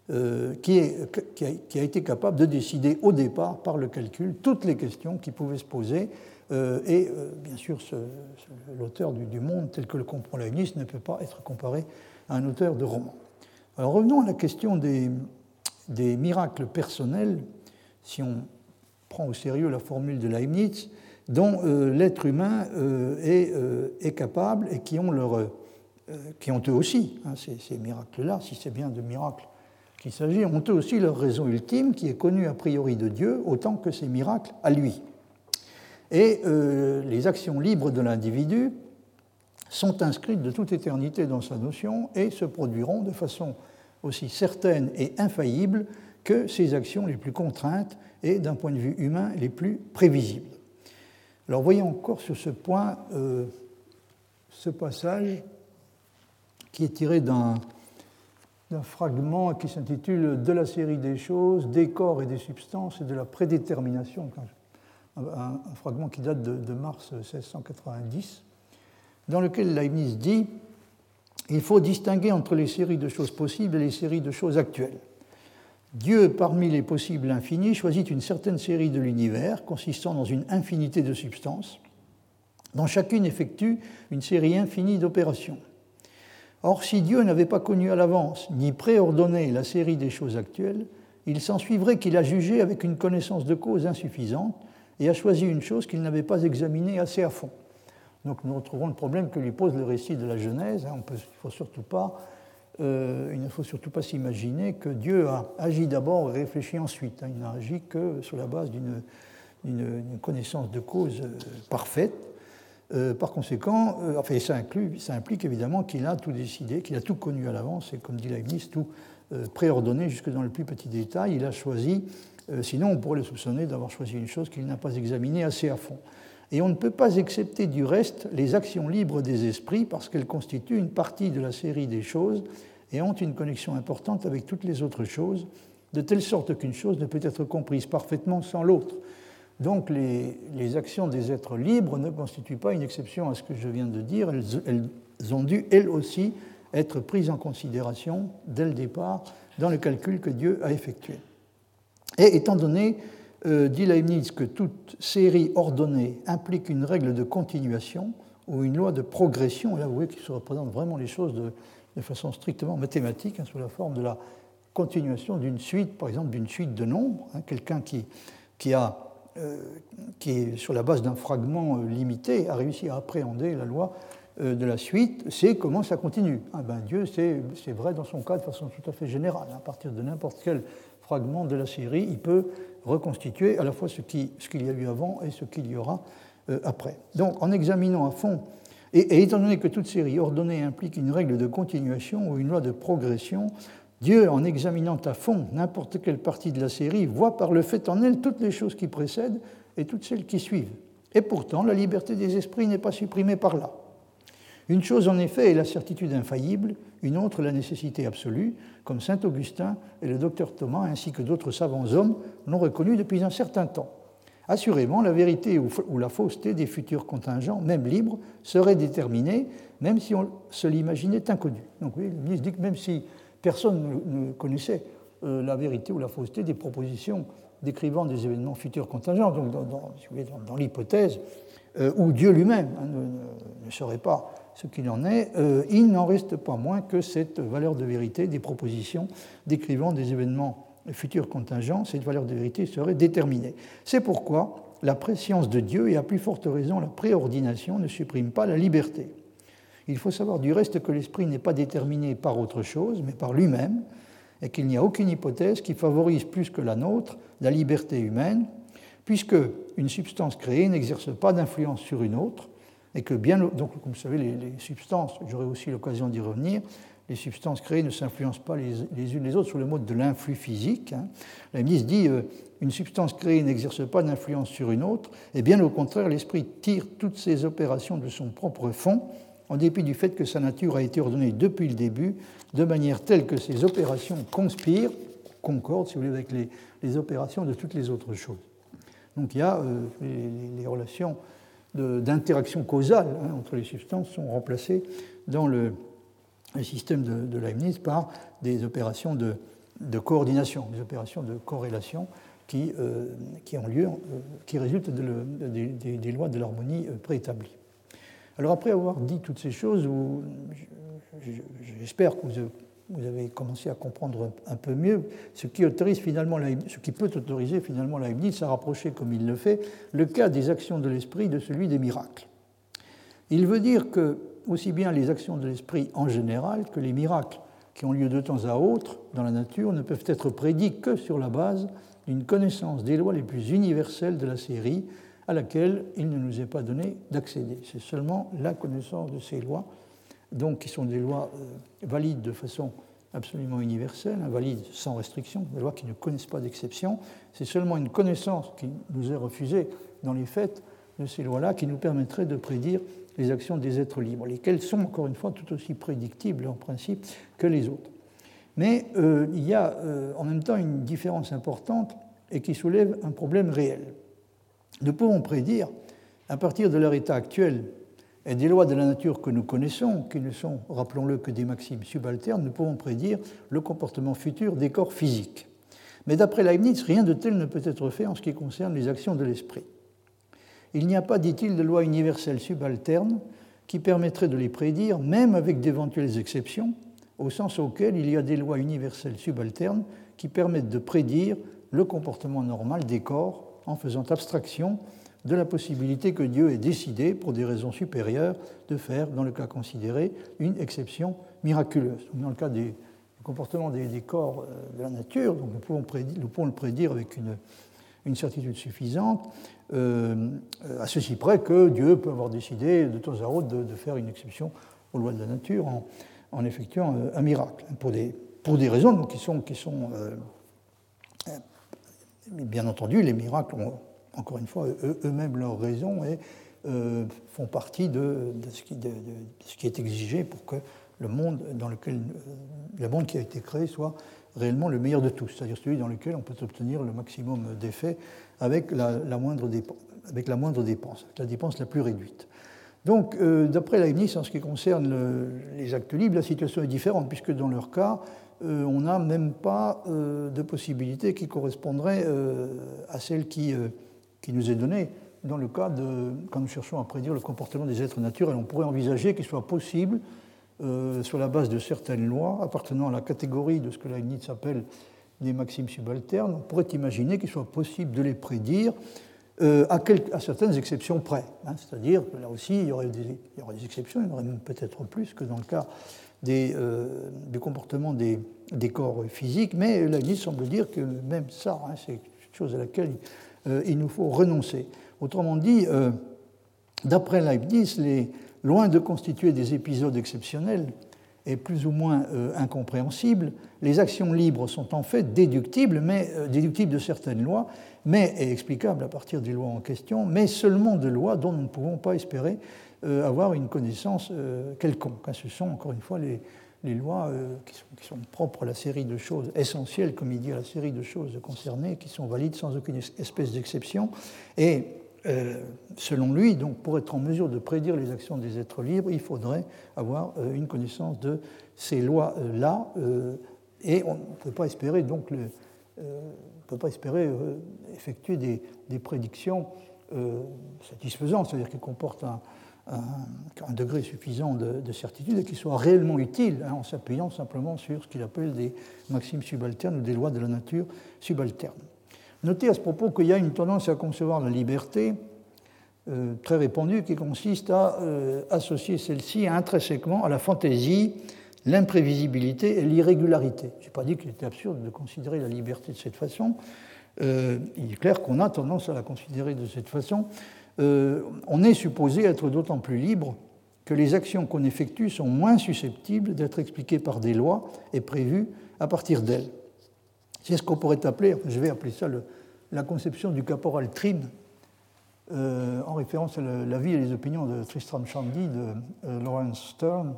qui a été capable de décider au départ, par le calcul, toutes les questions qui pouvaient se poser. Bien sûr, l'auteur du Monde, tel que le comprend Leibniz, ne peut pas être comparé à un auteur de roman. Alors revenons à la question des miracles personnels, si on prend au sérieux la formule de Leibniz, dont l'être humain est capable et qui ont eux aussi, hein, ces miracles-là, si c'est bien de miracles qu'il s'agit, ont eux aussi leur raison ultime qui est connue a priori de Dieu autant que ces miracles à lui. Et les actions libres de l'individu sont inscrites de toute éternité dans sa notion et se produiront de façon aussi certaine et infaillible que ses actions les plus contraintes et, d'un point de vue humain, les plus prévisibles. Alors voyons encore sur ce point ce passage qui est tiré d'un fragment qui s'intitule « De la série des choses, des corps et des substances et de la prédétermination », un fragment qui date de mars 1690, dans lequel Leibniz dit « Il faut distinguer entre les séries de choses possibles et les séries de choses actuelles. Dieu, parmi les possibles infinis, choisit une certaine série de l'univers consistant dans une infinité de substances, dont chacune effectue une série infinie d'opérations. Or, si Dieu n'avait pas connu à l'avance ni préordonné la série des choses actuelles, il s'ensuivrait qu'il a jugé avec une connaissance de cause insuffisante et a choisi une chose qu'il n'avait pas examinée assez à fond. » Donc nous retrouvons le problème que lui pose le récit de la Genèse. Il ne faut surtout pas s'imaginer que Dieu a agi d'abord et réfléchi ensuite. Il n'a agi que sur la base d'une connaissance de cause parfaite. Par conséquent, ça implique évidemment qu'il a tout décidé, qu'il a tout connu à l'avance, et comme dit Leibniz, tout préordonné jusque dans le plus petit détail. Il a choisi, sinon on pourrait le soupçonner d'avoir choisi une chose qu'il n'a pas examinée assez à fond. Et on ne peut pas accepter du reste les actions libres des esprits parce qu'elles constituent une partie de la série des choses et ont une connexion importante avec toutes les autres choses, de telle sorte qu'une chose ne peut être comprise parfaitement sans l'autre. Donc les actions des êtres libres ne constituent pas une exception à ce que je viens de dire, elles ont dû, elles aussi, être prises en considération dès le départ dans le calcul que Dieu a effectué. Et étant donné, dit Leibniz, que toute série ordonnée implique une règle de continuation ou une loi de progression, et là vous voyez qu'il se représente vraiment les choses de façon strictement mathématique, sous la forme de la continuation d'une suite, par exemple d'une suite de nombres. Quelqu'un qui est sur la base d'un fragment limité a réussi à appréhender la loi de la suite, c'est comment ça continue. Dieu, c'est vrai dans son cas de façon tout à fait générale. À partir de n'importe quel fragment de la série, il peut reconstituer à la fois ce qu'il y a eu avant et ce qu'il y aura après. Donc, en examinant à fond, et étant donné que toute série ordonnée implique une règle de continuation ou une loi de progression, Dieu, en examinant à fond n'importe quelle partie de la série, voit par le fait en elle toutes les choses qui précèdent et toutes celles qui suivent. Et pourtant, la liberté des esprits n'est pas supprimée par là. Une chose, en effet, est la certitude infaillible, une autre, la nécessité absolue, comme saint Augustin et le docteur Thomas, ainsi que d'autres savants hommes, l'ont reconnu depuis un certain temps. Assurément, la vérité ou la fausseté des futurs contingents, même libres, serait déterminée, même si on se l'imaginait inconnu. Donc oui, le ministre dit que même si personne ne connaissait la vérité ou la fausseté des propositions décrivant des événements futurs contingents, donc dans l'hypothèse où Dieu lui-même ne saurait pas ce qu'il en est, il n'en reste pas moins que cette valeur de vérité des propositions décrivant des événements futurs contingents, cette valeur de vérité serait déterminée. C'est pourquoi la préscience de Dieu, et à plus forte raison la préordination, ne supprime pas la liberté. Il faut savoir du reste que l'esprit n'est pas déterminé par autre chose, mais par lui-même, et qu'il n'y a aucune hypothèse qui favorise plus que la nôtre la liberté humaine, puisque une substance créée n'exerce pas d'influence sur une autre, et que donc comme vous savez, les substances, j'aurai aussi l'occasion d'y revenir, les substances créées ne s'influencent pas les unes les autres sur le mode de l'influx physique. Leibniz dit une substance créée n'exerce pas d'influence sur une autre, et bien au contraire, l'esprit tire toutes ses opérations de son propre fond, en dépit du fait que sa nature a été ordonnée depuis le début, de manière telle que ses opérations conspirent, concordent, si vous voulez, avec les opérations de toutes les autres choses. Donc il y a les relations d'interaction causale entre les substances sont remplacées dans le système de Leibniz par des opérations de coordination, des opérations de corrélation qui ont lieu, qui résultent des lois de l'harmonie préétablies. Alors après avoir dit toutes ces choses, j'espère que vous avez commencé à comprendre un peu mieux ce qui peut autoriser finalement Leibniz à rapprocher, comme il le fait, le cas des actions de l'esprit de celui des miracles. Il veut dire que aussi bien les actions de l'esprit en général que les miracles qui ont lieu de temps à autre dans la nature ne peuvent être prédits que sur la base d'une connaissance des lois les plus universelles de la série à laquelle il ne nous est pas donné d'accéder. C'est seulement la connaissance de ces lois, donc qui sont des lois valides de façon absolument universelle, valides sans restriction, des lois qui ne connaissent pas d'exception. C'est seulement une connaissance qui nous est refusée dans les faits de ces lois-là qui nous permettrait de prédire les actions des êtres libres, lesquelles sont encore une fois tout aussi prédictibles en principe que les autres. Mais il y a en même temps une différence importante et qui soulève un problème réel. Nous pouvons prédire, à partir de leur état actuel et des lois de la nature que nous connaissons, qui ne sont, rappelons-le, que des maximes subalternes, nous pouvons prédire le comportement futur des corps physiques. Mais d'après Leibniz, rien de tel ne peut être fait en ce qui concerne les actions de l'esprit. Il n'y a pas, dit-il, de loi universelle subalterne qui permettrait de les prédire, même avec d'éventuelles exceptions, au sens auquel il y a des lois universelles subalternes qui permettent de prédire le comportement normal des corps en faisant abstraction de la possibilité que Dieu ait décidé, pour des raisons supérieures, de faire, dans le cas considéré, une exception miraculeuse. Dans le cas du comportement des corps de la nature, donc nous pouvons le prédire avec une certitude suffisante, à ceci près que Dieu peut avoir décidé de temps à autre de faire une exception aux lois de la nature en effectuant un miracle, pour des raisons donc, qui sont bien entendu, les miracles ont encore une fois eux-mêmes leurs raisons et font partie de ce qui est exigé pour que le monde qui a été créé soit réellement le meilleur de tous, c'est-à-dire celui dans lequel on peut obtenir le maximum d'effets avec la moindre dépense, la dépense la plus réduite. Donc, d'après Leibniz, en ce qui concerne les actes libres, la situation est différente, puisque dans leur cas, on n'a même pas de possibilité qui correspondrait à celle qui nous est donnée dans le cas quand nous cherchons à prédire le comportement des êtres naturels. On pourrait envisager qu'il soit possible, sur la base de certaines lois appartenant à la catégorie de ce que Leibniz appelle des maximes subalternes, on pourrait imaginer qu'il soit possible de les prédire à certaines exceptions près. C'est-à-dire que là aussi, il y aurait des exceptions, il y en aurait même peut-être plus que dans le cas du comportement des corps physiques, mais Leibniz semble dire que même ça, c'est une chose à laquelle il nous faut renoncer. Autrement dit, d'après Leibniz, loin de constituer des épisodes exceptionnels et plus ou moins incompréhensibles, les actions libres sont en fait déductibles de certaines lois, et explicables à partir des lois en question, mais seulement de lois dont nous ne pouvons pas espérer avoir une connaissance quelconque. Ce sont, encore une fois, les lois qui sont propres à la série de choses essentielles, comme il dit, à la série de choses concernées, qui sont valides sans aucune espèce d'exception. Et selon lui, donc, pour être en mesure de prédire les actions des êtres libres, il faudrait avoir une connaissance de ces lois-là, et on ne peut pas espérer donc effectuer des prédictions satisfaisantes, c'est-à-dire qui comportent un degré suffisant de certitude et qui soient réellement utiles, en s'appuyant simplement sur ce qu'il appelle des maximes subalternes ou des lois de la nature subalternes. Notez à ce propos qu'il y a une tendance à concevoir la liberté très répandue qui consiste à associer celle-ci intrinsèquement à la fantaisie, l'imprévisibilité et l'irrégularité. Je n'ai pas dit qu'il était absurde de considérer la liberté de cette façon. Il est clair qu'on a tendance à la considérer de cette façon. On est supposé être d'autant plus libre que les actions qu'on effectue sont moins susceptibles d'être expliquées par des lois et prévues à partir d'elles. C'est ce qu'on pourrait appeler, je vais appeler ça la conception du caporal Trim, en référence à la vie et les opinions de Tristram Shandy de Lawrence Sterne.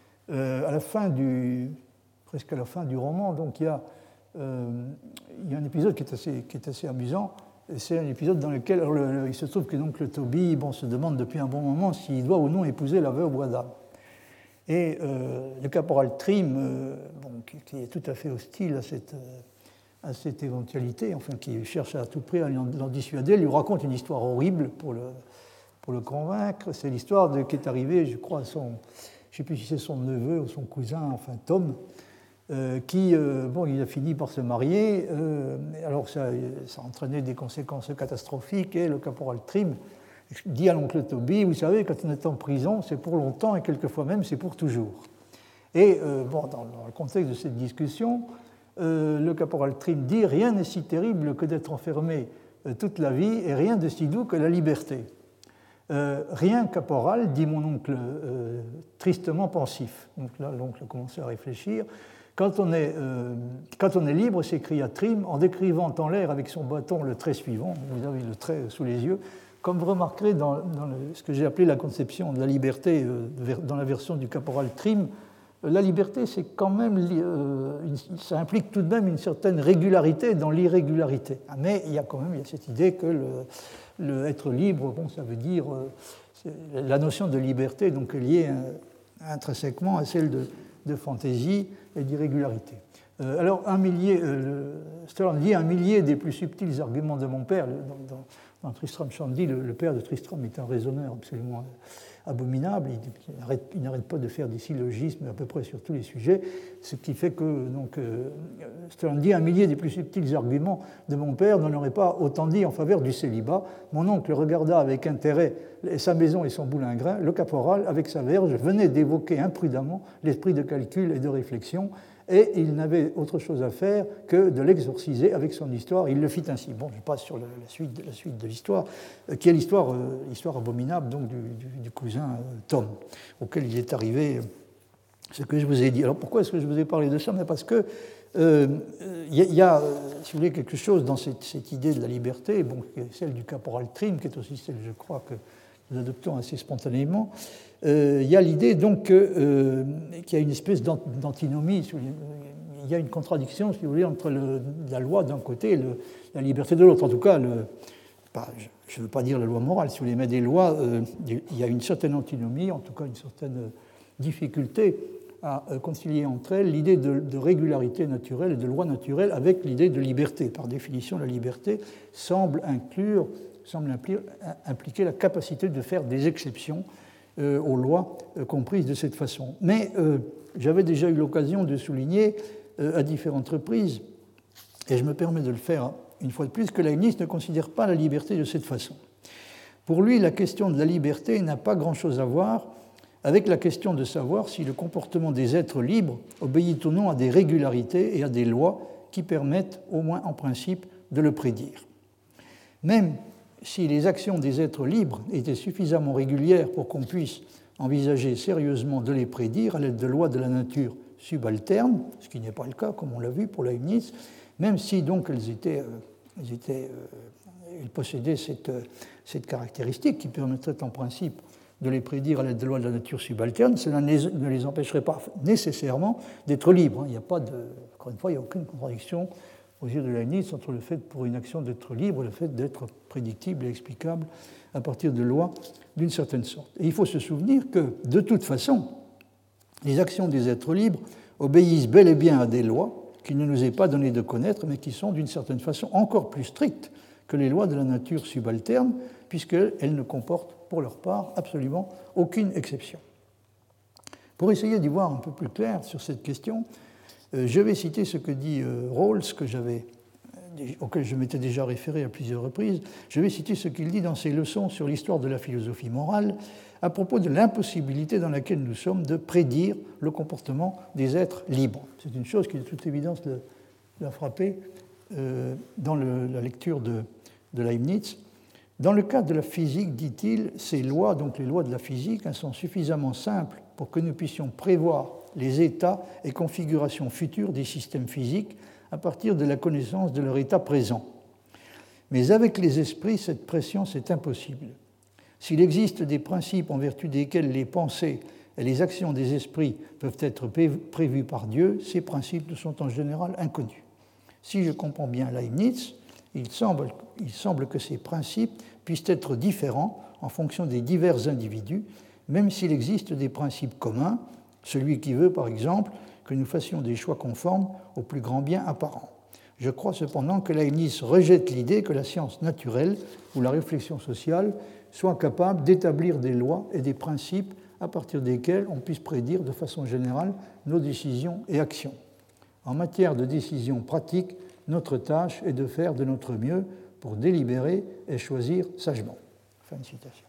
Presque à la fin du roman, donc il y a un épisode qui est assez amusant. C'est un épisode dans lequel il se trouve que donc, le Toby se demande depuis un bon moment s'il doit ou non épouser la veuve Wada. Et le caporal Trim, qui est tout à fait hostile à cette éventualité, enfin qui cherche à tout prix à l'en dissuader, lui raconte une histoire horrible pour le convaincre. C'est l'histoire qui est arrivée, je crois, je ne sais plus si c'est son neveu ou son cousin, enfin Tom, il a fini par se marier. Alors ça a entraîné des conséquences catastrophiques et le caporal Trim dit à l'oncle Toby, vous savez, quand on est en prison, c'est pour longtemps et quelquefois même c'est pour toujours. Et dans le contexte de cette discussion, le caporal Trim dit « Rien n'est si terrible que d'être enfermé toute la vie et rien de si doux que la liberté. » Rien, caporal, dit mon oncle tristement pensif. Donc là, l'oncle a commencé à réfléchir. Quand on est libre, s'écria Trim, en décrivant en l'air avec son bâton le trait suivant, vous avez le trait sous les yeux, comme vous remarquerez dans ce que j'ai appelé la conception de la liberté dans la version du caporal Trim, la liberté, c'est quand même, ça implique tout de même une certaine régularité dans l'irrégularité. Mais il y a cette idée que être libre, ça veut dire la notion de liberté donc est liée intrinsèquement à celle de fantaisie et d'irrégularité. Alors, Sterland dit un millier des plus subtils arguments de mon père. Dans Tristram Shandy, le père de Tristram est un raisonneur absolument abominable. Il n'arrête pas de faire des syllogismes à peu près sur tous les sujets, ce qui fait que Sterland dit un millier des plus subtils arguments de mon père n'en aurait pas autant dit en faveur du célibat. Mon oncle regarda avec intérêt sa maison et son boulingrin. Le caporal, avec sa verge, venait d'évoquer imprudemment l'esprit de calcul et de réflexion, et il n'avait autre chose à faire que de l'exorciser avec son histoire. Il le fit ainsi. Je passe sur la suite de l'histoire, qui est l'histoire abominable donc, du cousin Tom, auquel il est arrivé ce que je vous ai dit. Alors pourquoi est-ce que je vous ai parlé de ça? Mais parce que y a, si vous voulez, quelque chose dans cette idée de la liberté, celle du caporal Trim, qui est aussi celle, je crois, que nous adoptons assez spontanément. Il y a l'idée donc qu'il y a une espèce d'antinomie, il y a une contradiction, si vous voulez, entre la loi d'un côté et la liberté de l'autre. En tout cas, je ne veux pas dire la loi morale, si vous voulez, mais des lois, il y a une certaine antinomie, en tout cas une certaine difficulté à concilier entre elles l'idée de régularité naturelle et de loi naturelle avec l'idée de liberté. Par définition, la liberté semble impliquer la capacité de faire des exceptions aux lois comprises de cette façon. Mais j'avais déjà eu l'occasion de souligner à différentes reprises, et je me permets de le faire une fois de plus, que Leibniz ne considère pas la liberté de cette façon. Pour lui, la question de la liberté n'a pas grand-chose à voir avec la question de savoir si le comportement des êtres libres obéit ou non à des régularités et à des lois qui permettent, au moins en principe, de le prédire. Même si les actions des êtres libres étaient suffisamment régulières pour qu'on puisse envisager sérieusement de les prédire à l'aide de lois de la nature subalterne, ce qui n'est pas le cas, comme on l'a vu pour Leibniz, même si donc elles possédaient cette caractéristique qui permettrait en principe de les prédire à l'aide de lois de la nature subalterne, cela ne les empêcherait pas nécessairement d'être libres. Il n'y a pas encore une fois, il n'y a aucune contradiction aux yeux de Leibniz entre le fait pour une action d'être libre et le fait d'être prédictible et explicable à partir de lois d'une certaine sorte. Et il faut se souvenir que, de toute façon, les actions des êtres libres obéissent bel et bien à des lois qu'il ne nous est pas donné de connaître, mais qui sont d'une certaine façon encore plus strictes que les lois de la nature subalterne, puisqu'elles ne comportent pour leur part absolument aucune exception. Pour essayer d'y voir un peu plus clair sur cette question, je vais citer ce que dit Rawls, auquel je m'étais déjà référé à plusieurs reprises. Je vais citer ce qu'il dit dans ses leçons sur l'histoire de la philosophie morale à propos de l'impossibilité dans laquelle nous sommes de prédire le comportement des êtres libres. C'est une chose qui, de toute évidence, l'a frappé dans la lecture de Leibniz. Dans le cas de la physique, dit-il, ces lois, donc les lois de la physique, sont suffisamment simples pour que nous puissions prévoir les états et configurations futures des systèmes physiques à partir de la connaissance de leur état présent. Mais avec les esprits, cette pression, c'est impossible. S'il existe des principes en vertu desquels les pensées et les actions des esprits peuvent être prévues par Dieu, ces principes nous sont en général inconnus. Si je comprends bien Leibniz, il semble que ces principes puissent être différents en fonction des divers individus, même s'il existe des principes communs, celui qui veut, par exemple, que nous fassions des choix conformes au plus grand bien apparent. Je crois cependant que Leibniz rejette l'idée que la science naturelle ou la réflexion sociale soit capable d'établir des lois et des principes à partir desquels on puisse prédire de façon générale nos décisions et actions. En matière de décision pratique, notre tâche est de faire de notre mieux pour délibérer et choisir sagement. Fin de citation.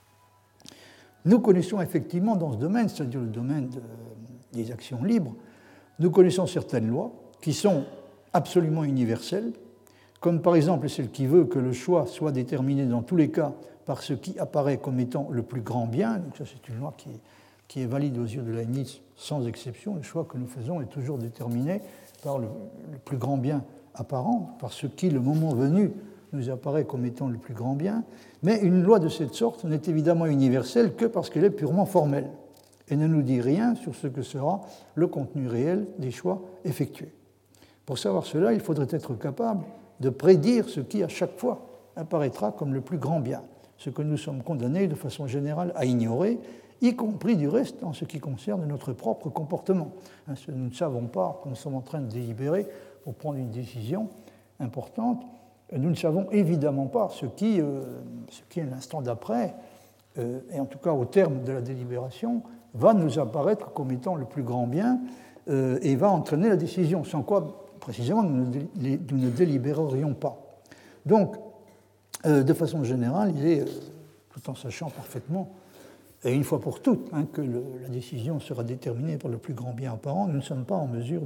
Nous connaissons effectivement dans ce domaine, c'est-à-dire le domaine des actions libres, nous connaissons certaines lois qui sont absolument universelles, comme par exemple celle qui veut que le choix soit déterminé dans tous les cas par ce qui apparaît comme étant le plus grand bien. Donc ça, c'est une loi qui est valide aux yeux de Leibniz sans exception. Le choix que nous faisons est toujours déterminé par le plus grand bien apparent, par ce qui, le moment venu, nous apparaît comme étant le plus grand bien. Mais une loi de cette sorte n'est évidemment universelle que parce qu'elle est purement formelle et ne nous dit rien sur ce que sera le contenu réel des choix effectués. Pour savoir cela, il faudrait être capable de prédire ce qui, à chaque fois, apparaîtra comme le plus grand bien, ce que nous sommes condamnés de façon générale à ignorer, y compris du reste en ce qui concerne notre propre comportement. Nous ne savons pas, quand nous sommes en train de délibérer pour prendre une décision importante, nous ne savons évidemment pas ce qui est l'instant d'après, et en tout cas au terme de la délibération, va nous apparaître comme étant le plus grand bien et va entraîner la décision, sans quoi, précisément, nous ne délibérerions pas. Donc, de façon générale, il est, tout en sachant parfaitement, et une fois pour toutes, que la décision sera déterminée par le plus grand bien apparent, nous ne sommes pas en mesure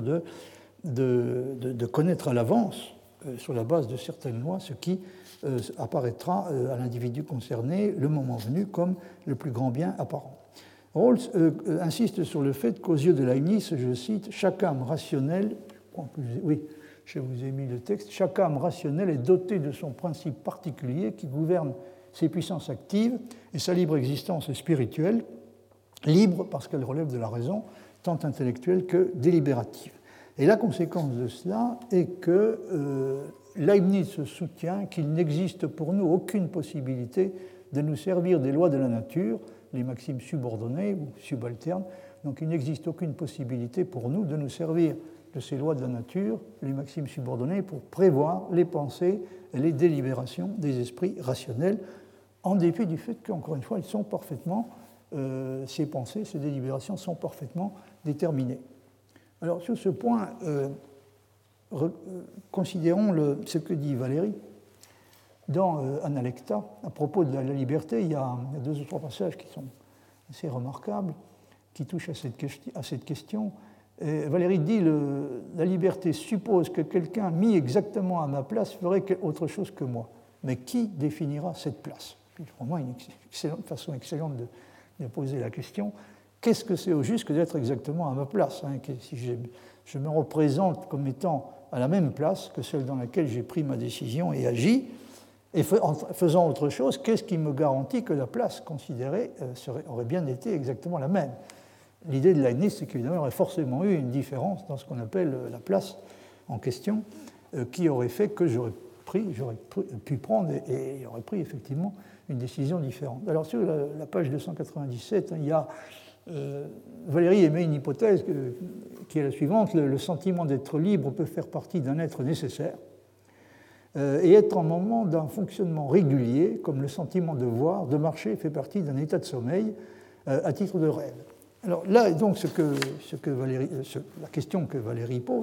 de connaître à l'avance, sur la base de certaines lois, ce qui apparaîtra à l'individu concerné, le moment venu, comme le plus grand bien apparent. Rawls insiste sur le fait qu'aux yeux de Leibniz, je cite, « chaque âme rationnelle », oui, je vous ai mis le texte, « chaque âme rationnelle est dotée de son principe particulier qui gouverne ses puissances actives et sa libre existence est spirituelle, libre parce qu'elle relève de la raison, tant intellectuelle que délibérative. » Et la conséquence de cela est que Leibniz soutient qu'il n'existe pour nous aucune possibilité de nous servir des lois de la nature, les maximes subordonnées ou subalternes, donc il n'existe aucune possibilité pour nous de nous servir de ces lois de la nature, les maximes subordonnées, pour prévoir les pensées et les délibérations des esprits rationnels, en dépit du fait qu'encore une fois, ils sont parfaitement, ces pensées, ces délibérations sont parfaitement déterminées. Alors sur ce point, considérons ce que dit Valéry dans Analecta à propos de la liberté. Il y a 2 ou 3 passages qui sont assez remarquables, qui touchent à cette question. Et Valéry dit la liberté suppose que quelqu'un mis exactement à ma place ferait autre chose que moi. Mais qui définira cette place? C'est vraiment une façon excellente de poser la question. Qu'est-ce que c'est au juste que d'être exactement à ma place? Si je me représente comme étant à la même place que celle dans laquelle j'ai pris ma décision et agi, et en faisant autre chose, qu'est-ce qui me garantit que la place considérée aurait bien été exactement la même? L'idée de Leibniz, c'est qu'évidemment, il y aurait forcément eu une différence dans ce qu'on appelle la place en question, qui aurait fait que j'aurais pu prendre et j'aurais pris effectivement une décision différente. Alors sur la page 297, il y a Valéry émet une hypothèse qui est la suivante: le sentiment d'être libre peut faire partie d'un être nécessaire et être un moment d'un fonctionnement régulier, comme le sentiment de voir, de marcher fait partie d'un état de sommeil à titre de rêve. Alors là, donc, la question que Valéry pose,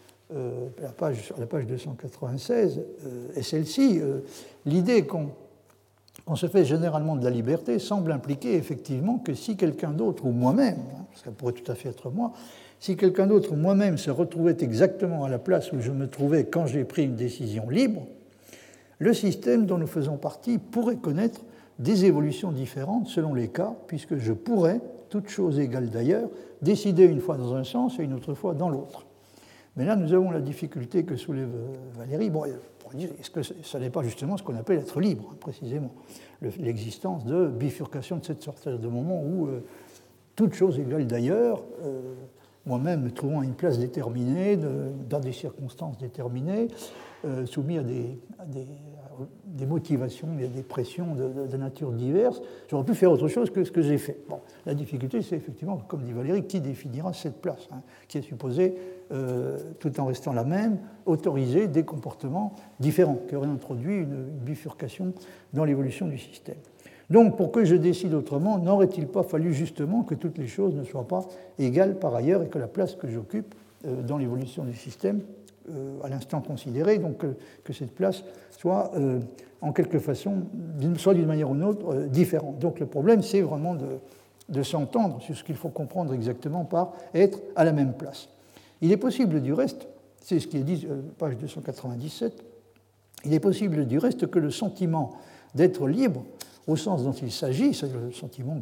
sur la page 296, est celle-ci. L'idée qu'on se fait généralement de la liberté semble impliquer effectivement que si quelqu'un d'autre ou moi-même, parce qu'elle pourrait tout à fait être moi, si quelqu'un d'autre ou moi-même se retrouvait exactement à la place où je me trouvais quand j'ai pris une décision libre, le système dont nous faisons partie pourrait connaître des évolutions différentes selon les cas, puisque je pourrais, toute chose égale d'ailleurs, décider une fois dans un sens et une autre fois dans l'autre. Mais là, nous avons la difficulté que soulève Valéry. Bon, pour dire, est-ce que ça n'est pas justement ce qu'on appelle être libre, précisément, l'existence de bifurcation de cette sorte, c'est-à-dire de moments où toute chose égale d'ailleurs, moi-même me trouvant à une place déterminée, dans des circonstances déterminées, soumis des motivations, il y a des pressions de nature diverse. J'aurais pu faire autre chose que ce que j'ai fait. Bon, la difficulté, c'est effectivement, comme dit Valéry, qui définira cette place, qui est supposée, tout en restant la même, autoriser des comportements différents, qui auraient introduit une bifurcation dans l'évolution du système. Donc, pour que je décide autrement, n'aurait-il pas fallu justement que toutes les choses ne soient pas égales par ailleurs et que la place que j'occupe dans l'évolution du système, à l'instant considéré, donc que cette place soit en quelque façon, soit d'une manière ou d'une autre, différente. Donc le problème, c'est vraiment de s'entendre sur ce qu'il faut comprendre exactement par être à la même place. Il est possible du reste, c'est ce qui est dit, page 297, il est possible du reste que le sentiment d'être libre, au sens dont il s'agit, c'est le sentiment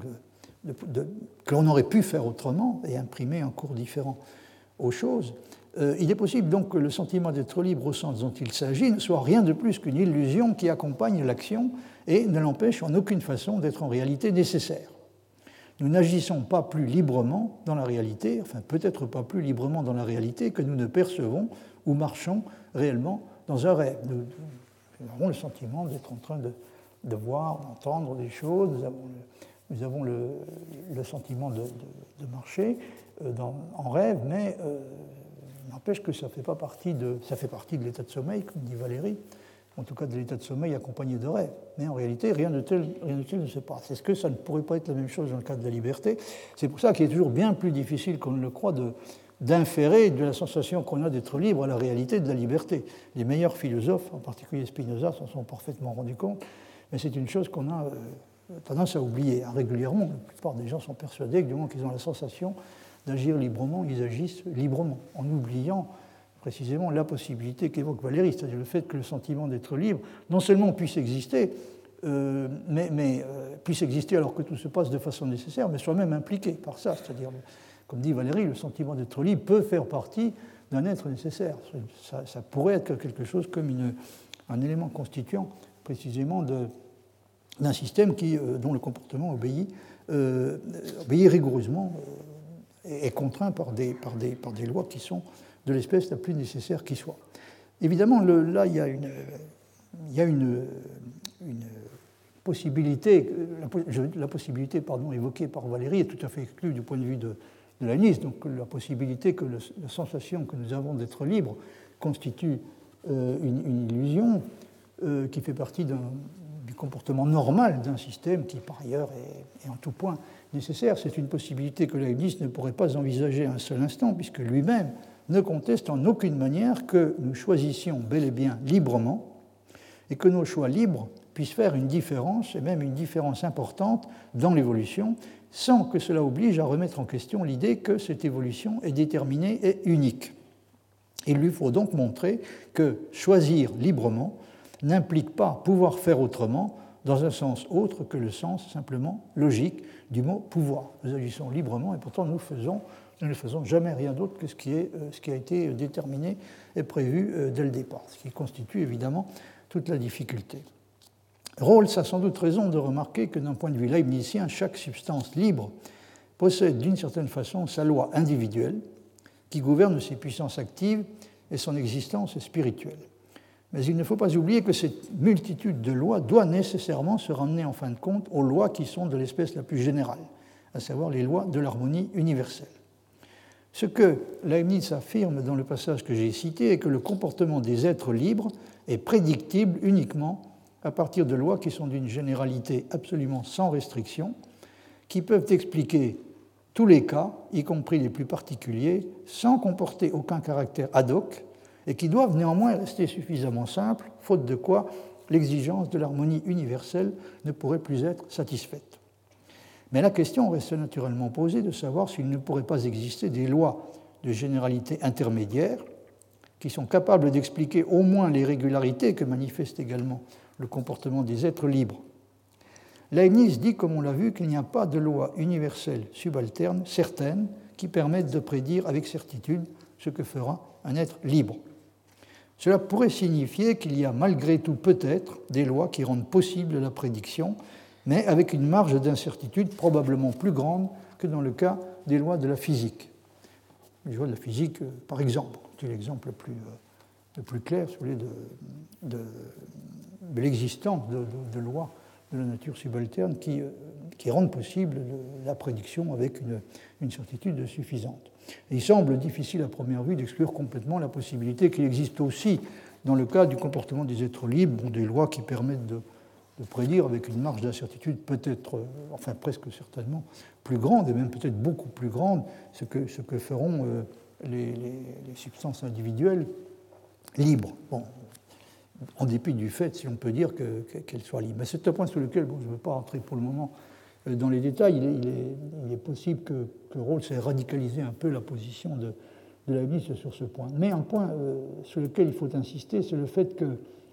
que l'on aurait pu faire autrement et imprimer un cours différent aux choses, il est possible donc que le sentiment d'être libre au sens dont il s'agit ne soit rien de plus qu'une illusion qui accompagne l'action et ne l'empêche en aucune façon d'être en réalité nécessaire. Nous n'agissons pas plus librement dans la réalité, enfin peut-être pas plus librement dans la réalité que nous ne percevons ou marchons réellement dans un rêve. Nous avons le sentiment d'être en train de voir, d'entendre des choses, nous avons le sentiment de marcher en rêve, mais n'empêche que ça fait partie de l'état de sommeil, comme dit Valéry, en tout cas de l'état de sommeil accompagné de rêve. Mais en réalité, rien de tel ne se passe. Est-ce que ça ne pourrait pas être la même chose dans le cas de la liberté? C'est pour ça qu'il est toujours bien plus difficile qu'on ne le croit d'inférer de la sensation qu'on a d'être libre à la réalité de la liberté. Les meilleurs philosophes, en particulier Spinoza, s'en sont parfaitement rendus compte, mais c'est une chose qu'on a tendance à oublier régulièrement. La plupart des gens sont persuadés que du moment qu'ils ont la sensation d'agir librement, ils agissent librement, en oubliant précisément la possibilité qu'évoque Valéry, c'est-à-dire le fait que le sentiment d'être libre, non seulement puisse exister, mais puisse exister alors que tout se passe de façon nécessaire, mais soit même impliqué par ça. C'est-à-dire, comme dit Valéry, le sentiment d'être libre peut faire partie d'un être nécessaire. Ça pourrait être quelque chose comme un élément constituant précisément d'un système dont le comportement obéit rigoureusement est contraint par des lois qui sont de l'espèce la plus nécessaire qui soit. Évidemment, là, il y a une possibilité, la possibilité évoquée par Valéry est tout à fait exclue du point de vue de l'analyse, donc la possibilité que la sensation que nous avons d'être libre constitue une illusion qui fait partie du comportement normal d'un système qui, par ailleurs, est en tout point nécessaire. C'est une possibilité que Leibniz ne pourrait pas envisager un seul instant, puisque lui-même ne conteste en aucune manière que nous choisissions bel et bien librement et que nos choix libres puissent faire une différence, et même une différence importante, dans l'évolution, sans que cela oblige à remettre en question l'idée que cette évolution est déterminée et unique. Il lui faut donc montrer que choisir librement n'implique pas pouvoir faire autrement dans un sens autre que le sens simplement logique du mot pouvoir. Nous agissons librement et pourtant nous ne faisons jamais rien d'autre que ce qui a été déterminé et prévu dès le départ, ce qui constitue évidemment toute la difficulté. Rawls a sans doute raison de remarquer que d'un point de vue leibnizien, chaque substance libre possède d'une certaine façon sa loi individuelle qui gouverne ses puissances actives et son existence spirituelle. Mais il ne faut pas oublier que cette multitude de lois doit nécessairement se ramener en fin de compte aux lois qui sont de l'espèce la plus générale, à savoir les lois de l'harmonie universelle. Ce que Leibniz affirme dans le passage que j'ai cité est que le comportement des êtres libres est prédictible uniquement à partir de lois qui sont d'une généralité absolument sans restriction, qui peuvent expliquer tous les cas, y compris les plus particuliers, sans comporter aucun caractère ad hoc, et qui doivent néanmoins rester suffisamment simples, faute de quoi l'exigence de l'harmonie universelle ne pourrait plus être satisfaite. Mais la question reste naturellement posée de savoir s'il ne pourrait pas exister des lois de généralité intermédiaire qui sont capables d'expliquer au moins les régularités que manifeste également le comportement des êtres libres. Leibniz dit, comme on l'a vu, qu'il n'y a pas de loi universelle subalterne certaine qui permette de prédire avec certitude ce que fera un être libre. Cela pourrait signifier qu'il y a malgré tout peut-être des lois qui rendent possible la prédiction, mais avec une marge d'incertitude probablement plus grande que dans le cas des lois de la physique. Les lois de la physique, par exemple, c'est l'exemple le plus clair, si vous voulez, l'existence de lois de la nature subalterne qui rendent possible la prédiction avec une certitude suffisante. Et il semble difficile à première vue d'exclure complètement la possibilité qu'il existe aussi, dans le cas du comportement des êtres libres, des lois qui permettent de prédire avec une marge d'incertitude peut-être, enfin presque certainement, plus grande, et même peut-être beaucoup plus grande, ce que feront les substances individuelles libres. Bon, en dépit du fait, si on peut dire, qu'elles soient libres. Mais c'est un point sur lequel je ne veux pas entrer pour le moment dans les détails. Il est possible que Rawls ait radicalisé un peu la position de Leibniz sur ce point. Mais un point sur lequel il faut insister, c'est le fait que,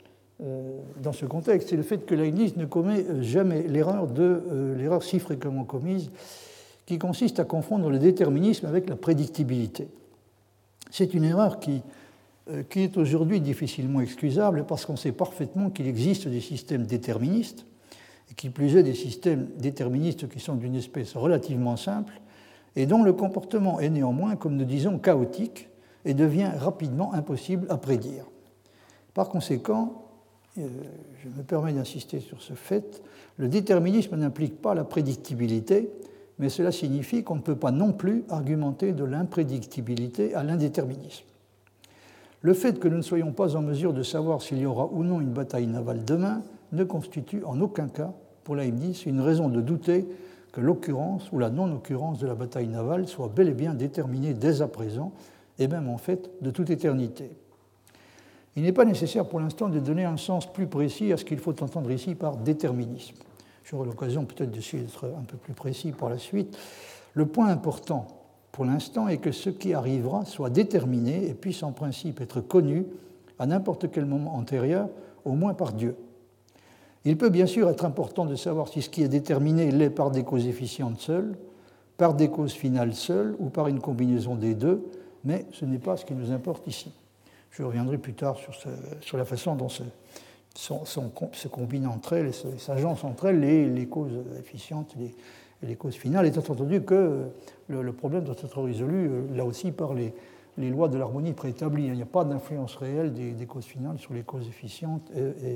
dans ce contexte, c'est le fait que Leibniz ne commet jamais l'erreur si fréquemment commise, qui consiste à confondre le déterminisme avec la prédictibilité. C'est une erreur qui est aujourd'hui difficilement excusable parce qu'on sait parfaitement qu'il existe des systèmes déterministes, et qui plus est des systèmes déterministes qui sont d'une espèce relativement simple, et dont le comportement est néanmoins, comme nous disons, chaotique, et devient rapidement impossible à prédire. Par conséquent, je me permets d'insister sur ce fait, le déterminisme n'implique pas la prédictibilité, mais cela signifie qu'on ne peut pas non plus argumenter de l'imprédictibilité à l'indéterminisme. Le fait que nous ne soyons pas en mesure de savoir s'il y aura ou non une bataille navale demain ne constitue en aucun cas, pour Leibniz, une raison de douter que l'occurrence ou la non-occurrence de la bataille navale soit bel et bien déterminée dès à présent, et même en fait de toute éternité. Il n'est pas nécessaire pour l'instant de donner un sens plus précis à ce qu'il faut entendre ici par déterminisme. J'aurai l'occasion peut-être d'essayer d'être un peu plus précis par la suite. Le point important pour l'instant est que ce qui arrivera soit déterminé et puisse en principe être connu à n'importe quel moment antérieur, au moins par Dieu. Il peut bien sûr être important de savoir si ce qui est déterminé l'est par des causes efficientes seules, par des causes finales seules ou par une combinaison des deux, mais ce n'est pas ce qui nous importe ici. Je reviendrai plus tard sur la façon dont se combinent entre elles, s'agencent entre elles les causes efficientes et les causes finales, étant entendu que le problème doit être résolu, là aussi, par les lois de l'harmonie préétablies. Il n'y a pas d'influence réelle des causes finales sur les causes efficientes,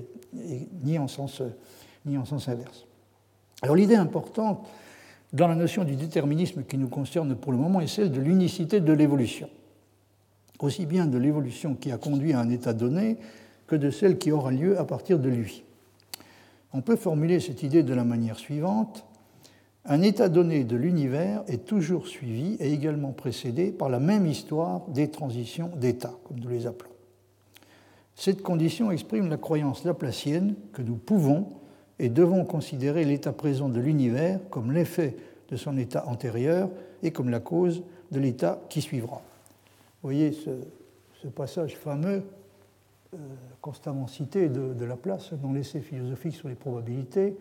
ni en sens inverse. Alors l'idée importante dans la notion du déterminisme qui nous concerne pour le moment est celle de l'unicité de l'évolution, aussi bien de l'évolution qui a conduit à un état donné que de celle qui aura lieu à partir de lui. On peut formuler cette idée de la manière suivante. Un état donné de l'univers est toujours suivi et également précédé par la même histoire des transitions d'état, comme nous les appelons. Cette condition exprime la croyance laplacienne que nous pouvons et devons considérer l'état présent de l'univers comme l'effet de son état antérieur et comme la cause de l'état qui suivra. Vous voyez ce passage fameux, constamment cité de Laplace dans l'essai philosophique sur les probabilités.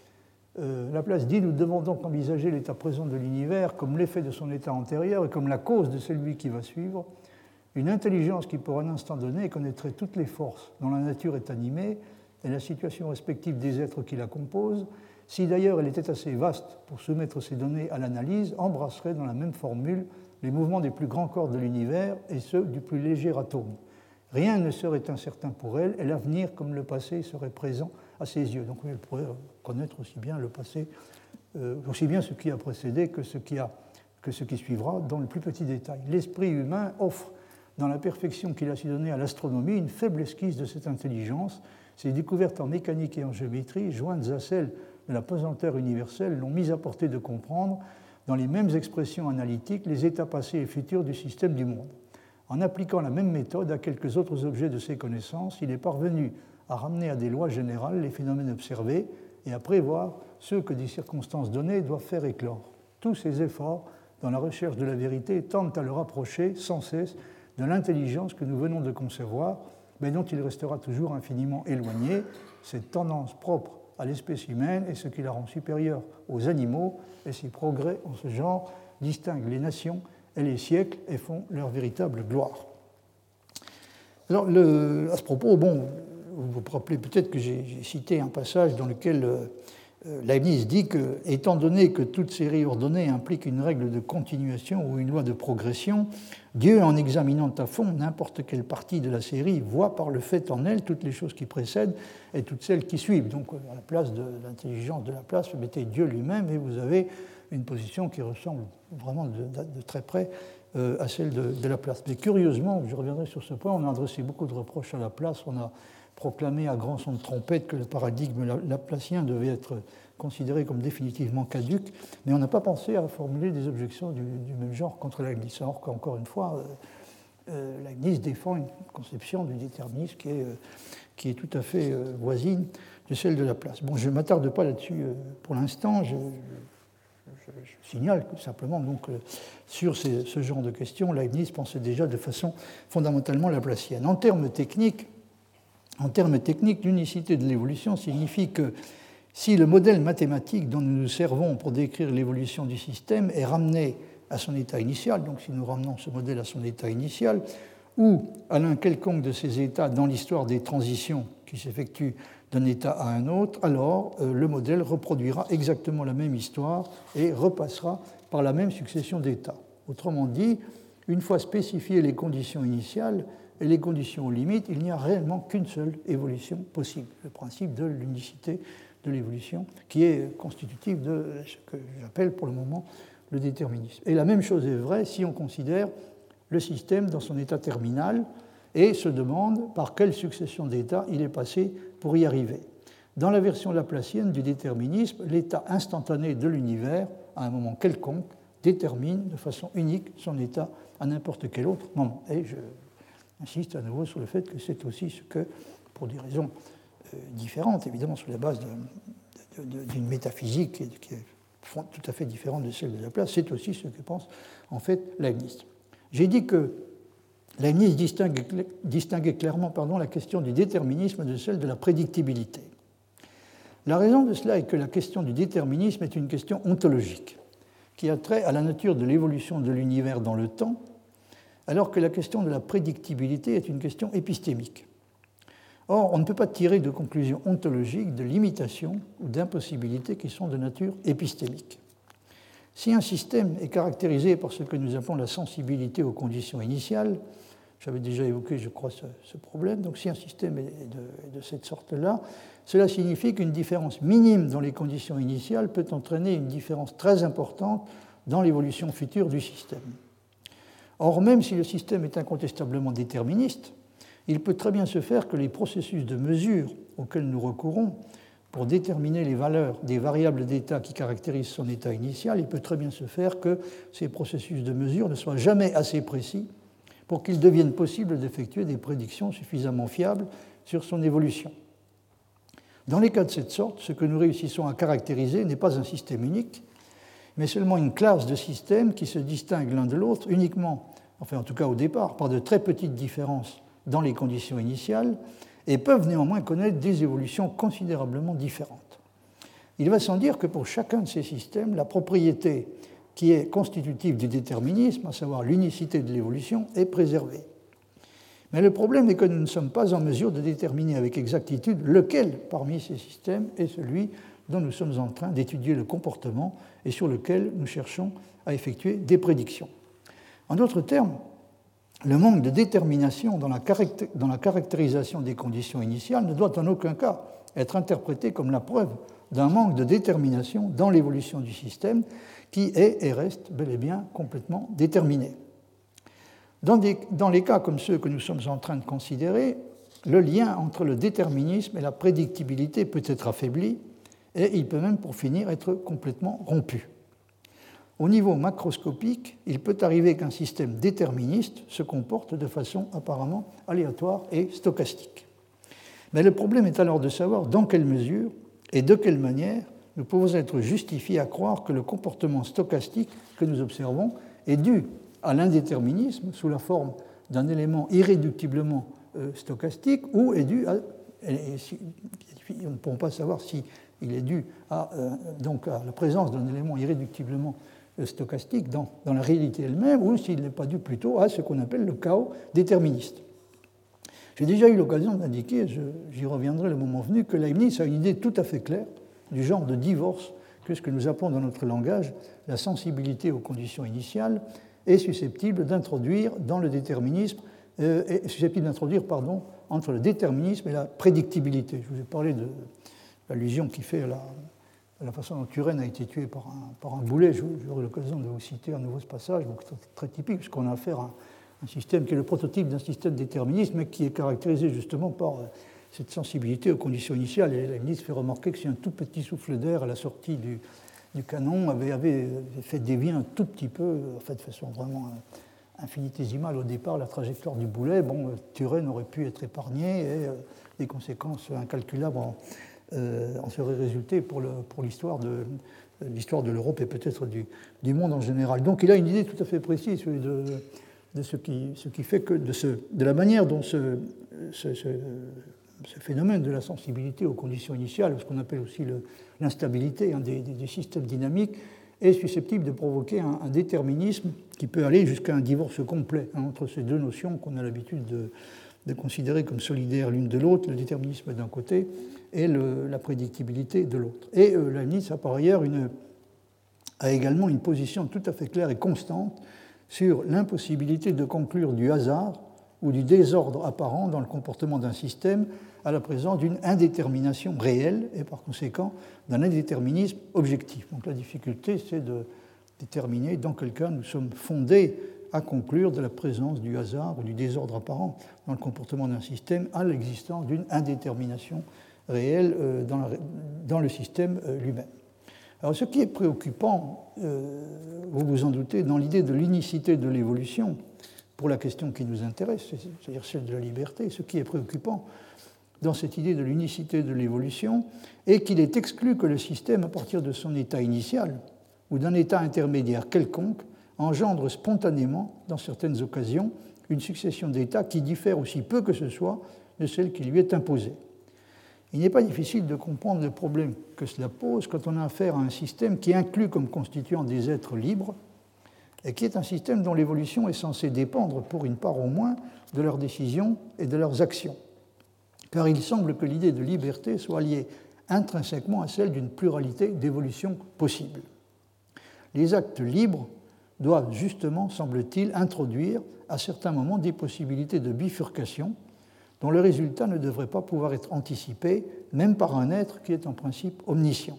Laplace dit « Nous devons donc envisager l'état présent de l'univers comme l'effet de son état antérieur et comme la cause de celui qui va suivre. Une intelligence qui, pour un instant donné, connaîtrait toutes les forces dont la nature est animée et la situation respective des êtres qui la composent, si d'ailleurs elle était assez vaste pour soumettre ces données à l'analyse, embrasserait dans la même formule les mouvements des plus grands corps de l'univers et ceux du plus léger atome. Rien ne serait incertain pour elle, et l'avenir comme le passé serait présent à ses yeux. » Donc elle pourrait connaître aussi bien le passé, aussi bien ce qui a précédé que ce qui suivra dans le plus petit détail. L'esprit humain offre, dans la perfection qu'il a su donner à l'astronomie, une faible esquisse de cette intelligence. Ses découvertes en mécanique et en géométrie, jointes à celles de la pesanteur universelle, l'ont mis à portée de comprendre, dans les mêmes expressions analytiques, les états passés et futurs du système du monde. En appliquant la même méthode à quelques autres objets de ses connaissances, il est parvenu à ramener à des lois générales les phénomènes observés et à prévoir ceux que des circonstances données doivent faire éclore. Tous ces efforts dans la recherche de la vérité tendent à le rapprocher sans cesse de l'intelligence que nous venons de concevoir, mais dont il restera toujours infiniment éloigné. Cette tendance propre à l'espèce humaine est ce qui la rend supérieure aux animaux, et ses progrès en ce genre distinguent les nations et les siècles et font leur véritable gloire. Alors, à ce propos, vous vous rappelez peut-être que j'ai cité un passage dans lequel Leibniz dit que, étant donné que toute série ordonnée implique une règle de continuation ou une loi de progression, Dieu, en examinant à fond n'importe quelle partie de la série, voit par le fait en elle toutes les choses qui précèdent et toutes celles qui suivent. Donc, à la place de l'intelligence de Laplace, vous mettez Dieu lui-même et vous avez une position qui ressemble vraiment de très près à celle de Laplace. Mais curieusement, je reviendrai sur ce point, on a adressé beaucoup de reproches à Laplace, on a proclamé à grand son de trompette que le paradigme laplacien devait être considéré comme définitivement caduc, mais on n'a pas pensé à formuler des objections du même genre contre Leibniz. Alors qu'encore une fois, Leibniz défend une conception du déterminisme qui est tout à fait voisine de celle de Laplace. Bon, je ne m'attarde pas là-dessus pour l'instant, je signale simplement donc, sur ce genre de questions, Leibniz pensait déjà de façon fondamentalement laplacienne. En termes techniques, l'unicité de l'évolution signifie que si le modèle mathématique dont nous nous servons pour décrire l'évolution du système est ramené à son état initial, donc si nous ramenons ce modèle à son état initial, ou à l'un quelconque de ces états dans l'histoire des transitions qui s'effectuent d'un état à un autre, alors le modèle reproduira exactement la même histoire et repassera par la même succession d'états. Autrement dit, une fois spécifiées les conditions initiales, et les conditions limites, il n'y a réellement qu'une seule évolution possible. Le principe de l'unicité de l'évolution, qui est constitutif de ce que j'appelle pour le moment le déterminisme. Et la même chose est vraie si on considère le système dans son état terminal et se demande par quelle succession d'états il est passé pour y arriver. Dans la version laplacienne du déterminisme, l'état instantané de l'univers, à un moment quelconque, détermine de façon unique son état à n'importe quel autre moment. Et j'insiste à nouveau sur le fait que c'est aussi ce que, pour des raisons différentes, évidemment sur la base d'une métaphysique qui est tout à fait différente de celle de Laplace, c'est aussi ce que pense en fait Leibniz. J'ai dit que Leibniz distinguait clairement la question du déterminisme de celle de la prédictibilité. La raison de cela est que la question du déterminisme est une question ontologique, qui a trait à la nature de l'évolution de l'univers dans le temps, alors que la question de la prédictibilité est une question épistémique. Or, on ne peut pas tirer de conclusions ontologiques, de limitations ou d'impossibilités qui sont de nature épistémique. Si un système est caractérisé par ce que nous appelons la sensibilité aux conditions initiales, j'avais déjà évoqué, je crois, ce problème, donc si un système est de cette sorte-là, cela signifie qu'une différence minime dans les conditions initiales peut entraîner une différence très importante dans l'évolution future du système. Or, même si le système est incontestablement déterministe, il peut très bien se faire que les processus de mesure auxquels nous recourons pour déterminer les valeurs des variables d'état qui caractérisent son état initial, il peut très bien se faire que ces processus de mesure ne soient jamais assez précis pour qu'il devienne possible d'effectuer des prédictions suffisamment fiables sur son évolution. Dans les cas de cette sorte, ce que nous réussissons à caractériser n'est pas un système unique, mais seulement une classe de systèmes qui se distinguent l'un de l'autre uniquement, enfin en tout cas au départ, par de très petites différences dans les conditions initiales et peuvent néanmoins connaître des évolutions considérablement différentes. Il va sans dire que pour chacun de ces systèmes, la propriété qui est constitutive du déterminisme, à savoir l'unicité de l'évolution, est préservée. Mais le problème est que nous ne sommes pas en mesure de déterminer avec exactitude lequel parmi ces systèmes est celui dont nous sommes en train d'étudier le comportement et sur lequel nous cherchons à effectuer des prédictions. En d'autres termes, le manque de détermination dans la caractérisation des conditions initiales ne doit en aucun cas être interprété comme la preuve d'un manque de détermination dans l'évolution du système qui est et reste bel et bien complètement déterminé. Dans les cas comme ceux que nous sommes en train de considérer, le lien entre le déterminisme et la prédictibilité peut être affaibli et il peut même pour finir être complètement rompu. Au niveau macroscopique, il peut arriver qu'un système déterministe se comporte de façon apparemment aléatoire et stochastique. Mais le problème est alors de savoir dans quelle mesure et de quelle manière nous pouvons être justifiés à croire que le comportement stochastique que nous observons est dû à l'indéterminisme sous la forme d'un élément irréductiblement stochastique ou est dû à... Nous ne pouvons pas savoir s'il est dû à la présence d'un élément irréductiblement stochastique dans la réalité elle-même ou s'il n'est pas dû plutôt à ce qu'on appelle le chaos déterministe. J'ai déjà eu l'occasion d'indiquer, j'y reviendrai le moment venu, que Leibniz a une idée tout à fait claire du genre de divorce que ce que nous appelons dans notre langage la sensibilité aux conditions initiales est susceptible d'introduire dans le déterminisme, entre le déterminisme et la prédictibilité. Je vous ai parlé de l'allusion qui fait à la façon dont Turenne a été tué par un boulet. J'aurai l'occasion de vous citer à nouveau ce passage, donc très typique, puisqu'on a affaire à un système qui est le prototype d'un système déterministe, mais qui est caractérisé justement par cette sensibilité aux conditions initiales. Et Leibniz fait remarquer que si un tout petit souffle d'air à la sortie du canon avait fait dévier un tout petit peu, en fait, de façon vraiment infinitésimale au départ, la trajectoire du boulet, Turenne aurait pu être épargné et des conséquences incalculables en seraient résultées pour l'histoire de l'Europe et peut-être du monde en général. Donc il a une idée tout à fait précise de ce qui fait que de la manière dont ce phénomène de la sensibilité aux conditions initiales, ce qu'on appelle aussi l'instabilité des systèmes dynamiques, est susceptible de provoquer un déterminisme qui peut aller jusqu'à un divorce complet entre ces deux notions qu'on a l'habitude de considérer comme solidaires l'une de l'autre, le déterminisme d'un côté et la prédictibilité de l'autre. Et Leibniz a par ailleurs a également une position tout à fait claire et constante sur l'impossibilité de conclure du hasard ou du désordre apparent dans le comportement d'un système à la présence d'une indétermination réelle et par conséquent d'un indéterminisme objectif. Donc la difficulté, c'est de déterminer dans quel cas nous sommes fondés à conclure de la présence du hasard ou du désordre apparent dans le comportement d'un système à l'existence d'une indétermination réelle dans le système lui-même. Alors ce qui est préoccupant, vous vous en doutez, dans l'idée de l'unicité de l'évolution, pour la question qui nous intéresse, c'est-à-dire celle de la liberté, ce qui est préoccupant dans cette idée de l'unicité de l'évolution est qu'il est exclu que le système, à partir de son état initial ou d'un état intermédiaire quelconque, engendre spontanément, dans certaines occasions, une succession d'états qui diffère aussi peu que ce soit de celle qui lui est imposée. Il n'est pas difficile de comprendre le problème que cela pose quand on a affaire à un système qui inclut comme constituant des êtres libres et qui est un système dont l'évolution est censée dépendre, pour une part au moins, de leurs décisions et de leurs actions. Car il semble que l'idée de liberté soit liée intrinsèquement à celle d'une pluralité d'évolutions possibles. Les actes libres doivent justement, semble-t-il, introduire à certains moments des possibilités de bifurcation dont le résultat ne devrait pas pouvoir être anticipé, même par un être qui est en principe omniscient.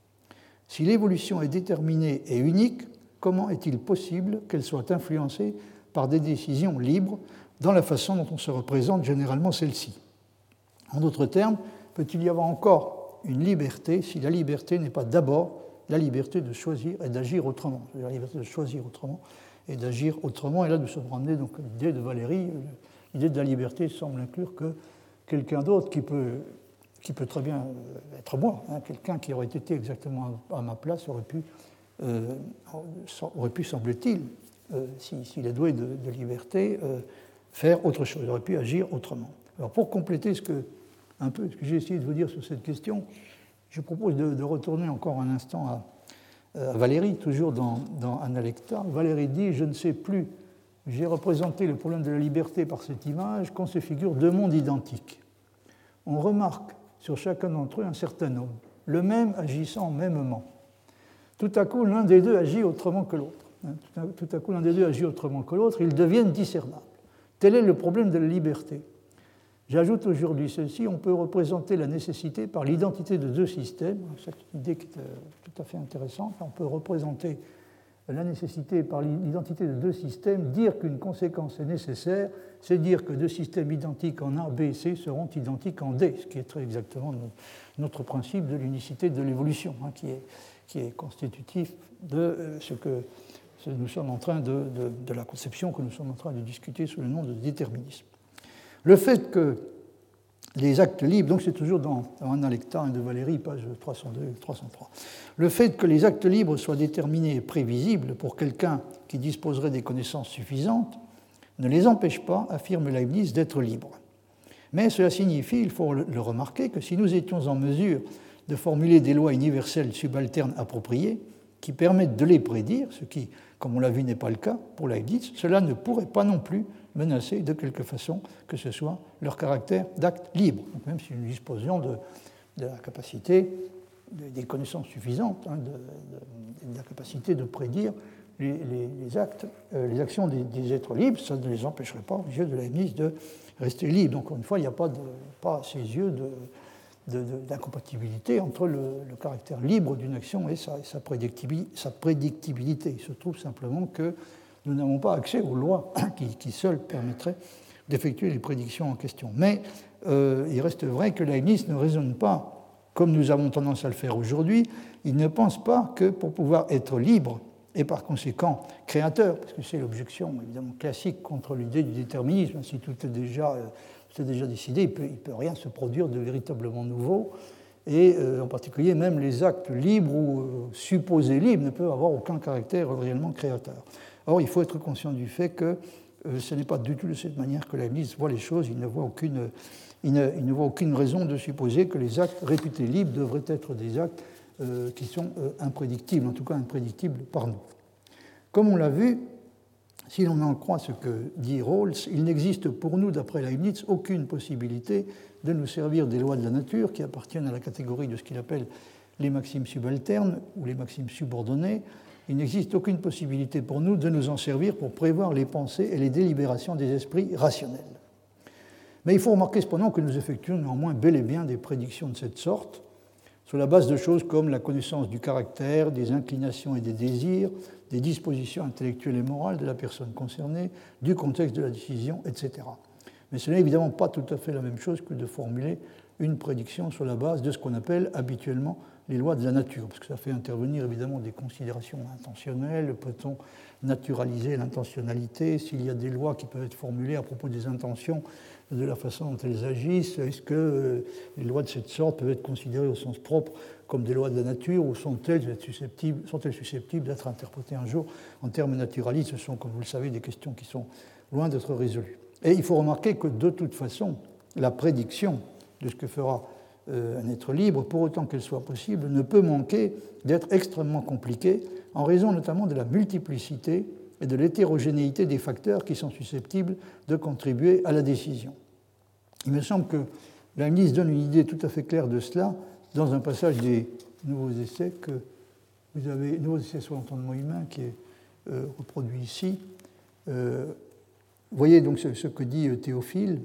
Si l'évolution est déterminée et unique, comment est-il possible qu'elle soit influencée par des décisions libres dans la façon dont on se représente généralement celle-ci? En d'autres termes, peut-il y avoir encore une liberté si la liberté n'est pas d'abord la liberté de choisir et d'agir autrement? La liberté de choisir autrement et d'agir autrement. Et là, nous sommes ramenés donc à l'idée de Valéry. L'idée de la liberté semble inclure que quelqu'un d'autre qui peut très bien être moi, quelqu'un qui aurait été exactement à ma place aurait pu semble-t-il, s'il est doué de liberté, faire autre chose, aurait pu agir autrement. Alors pour compléter ce que j'ai essayé de vous dire sur cette question, je propose de retourner encore un instant à Valéry, toujours dans Analecta. Valéry dit « Je ne sais plus, j'ai représenté le problème de la liberté par cette image, qu'on se figure deux mondes identiques. On remarque sur chacun d'entre eux un certain homme, le même agissant mêmement. Tout à coup, l'un des deux agit autrement que l'autre. Tout à coup, l'un des deux agit autrement que l'autre, ils deviennent discernables. Tel est le problème de la liberté. J'ajoute aujourd'hui ceci, on peut représenter la nécessité par l'identité de deux systèmes, cette idée qui est tout à fait intéressante, on peut représenter la nécessité par l'identité de deux systèmes, dire qu'une conséquence est nécessaire, c'est dire que deux systèmes identiques en A, B et C seront identiques en D, ce qui est très exactement notre principe de l'unicité de l'évolution, qui est constitutif de ce que nous sommes en train de la conception que nous sommes en train de discuter sous le nom de déterminisme. Le fait que les actes libres, donc c'est toujours dans Analecta de Valéry, page 302 et 303, le fait que les actes libres soient déterminés et prévisibles pour quelqu'un qui disposerait des connaissances suffisantes ne les empêche pas, affirme Leibniz, d'être libres. Mais cela signifie, il faut le remarquer, que si nous étions en mesure de formuler des lois universelles subalternes appropriées qui permettent de les prédire, ce qui, comme on l'a vu, n'est pas le cas pour Leibniz, cela ne pourrait pas non plus menacer de quelque façon que ce soit leur caractère d'acte libre. Donc même si nous disposions de la capacité des connaissances suffisantes, de la capacité de prédire les actes, les actions des êtres libres. Ça ne les empêcherait pas, aux yeux de Leibniz, de rester libres. Donc, encore une fois, il n'y a pas à ses yeux d'incompatibilité entre le caractère libre d'une action et sa prédictibilité. Il se trouve simplement que nous n'avons pas accès aux lois qui seules permettraient d'effectuer les prédictions en question. Mais il reste vrai que Leibniz ne raisonne pas comme nous avons tendance à le faire aujourd'hui. Il ne pense pas que pour pouvoir être libre et par conséquent créateur, parce que c'est l'objection évidemment classique contre l'idée du déterminisme, si tout est déjà décidé, il ne peut rien se produire de véritablement nouveau, et en particulier même les actes libres ou supposés libres ne peuvent avoir aucun caractère réellement créateur. Or, il faut être conscient du fait que ce n'est pas du tout de cette manière que Leibniz voit les choses. Il ne voit aucune raison de supposer que les actes réputés libres devraient être des actes qui sont imprédictibles, en tout cas imprédictibles par nous. Comme on l'a vu, si l'on en croit ce que dit Rawls, il n'existe pour nous, d'après Leibniz, aucune possibilité de nous servir des lois de la nature qui appartiennent à la catégorie de ce qu'il appelle les maximes subalternes ou les maximes subordonnées. Il n'existe aucune possibilité pour nous de nous en servir pour prévoir les pensées et les délibérations des esprits rationnels. Mais il faut remarquer cependant que nous effectuons néanmoins bel et bien des prédictions de cette sorte, sur la base de choses comme la connaissance du caractère, des inclinations et des désirs, des dispositions intellectuelles et morales de la personne concernée, du contexte de la décision, etc. Mais ce n'est évidemment pas tout à fait la même chose que de formuler une prédiction sur la base de ce qu'on appelle habituellement les lois de la nature, parce que ça fait intervenir évidemment des considérations intentionnelles. Peut-on naturaliser l'intentionnalité? S'il y a des lois qui peuvent être formulées à propos des intentions, de la façon dont elles agissent, est-ce que les lois de cette sorte peuvent être considérées au sens propre comme des lois de la nature, ou sont-elles susceptibles d'être interprétées un jour en termes naturalistes? Ce sont, comme vous le savez, des questions qui sont loin d'être résolues. Et il faut remarquer que de toute façon, la prédiction de ce que fera un être libre, pour autant qu'elle soit possible, ne peut manquer d'être extrêmement compliquée, en raison notamment de la multiplicité et de l'hétérogénéité des facteurs qui sont susceptibles de contribuer à la décision. Il me semble que Leibniz donne une idée tout à fait claire de cela dans un passage des Nouveaux essais que vous avez, Nouveaux essais sur l'entendement humain, qui est reproduit ici. Vous voyez donc ce que dit Théophile.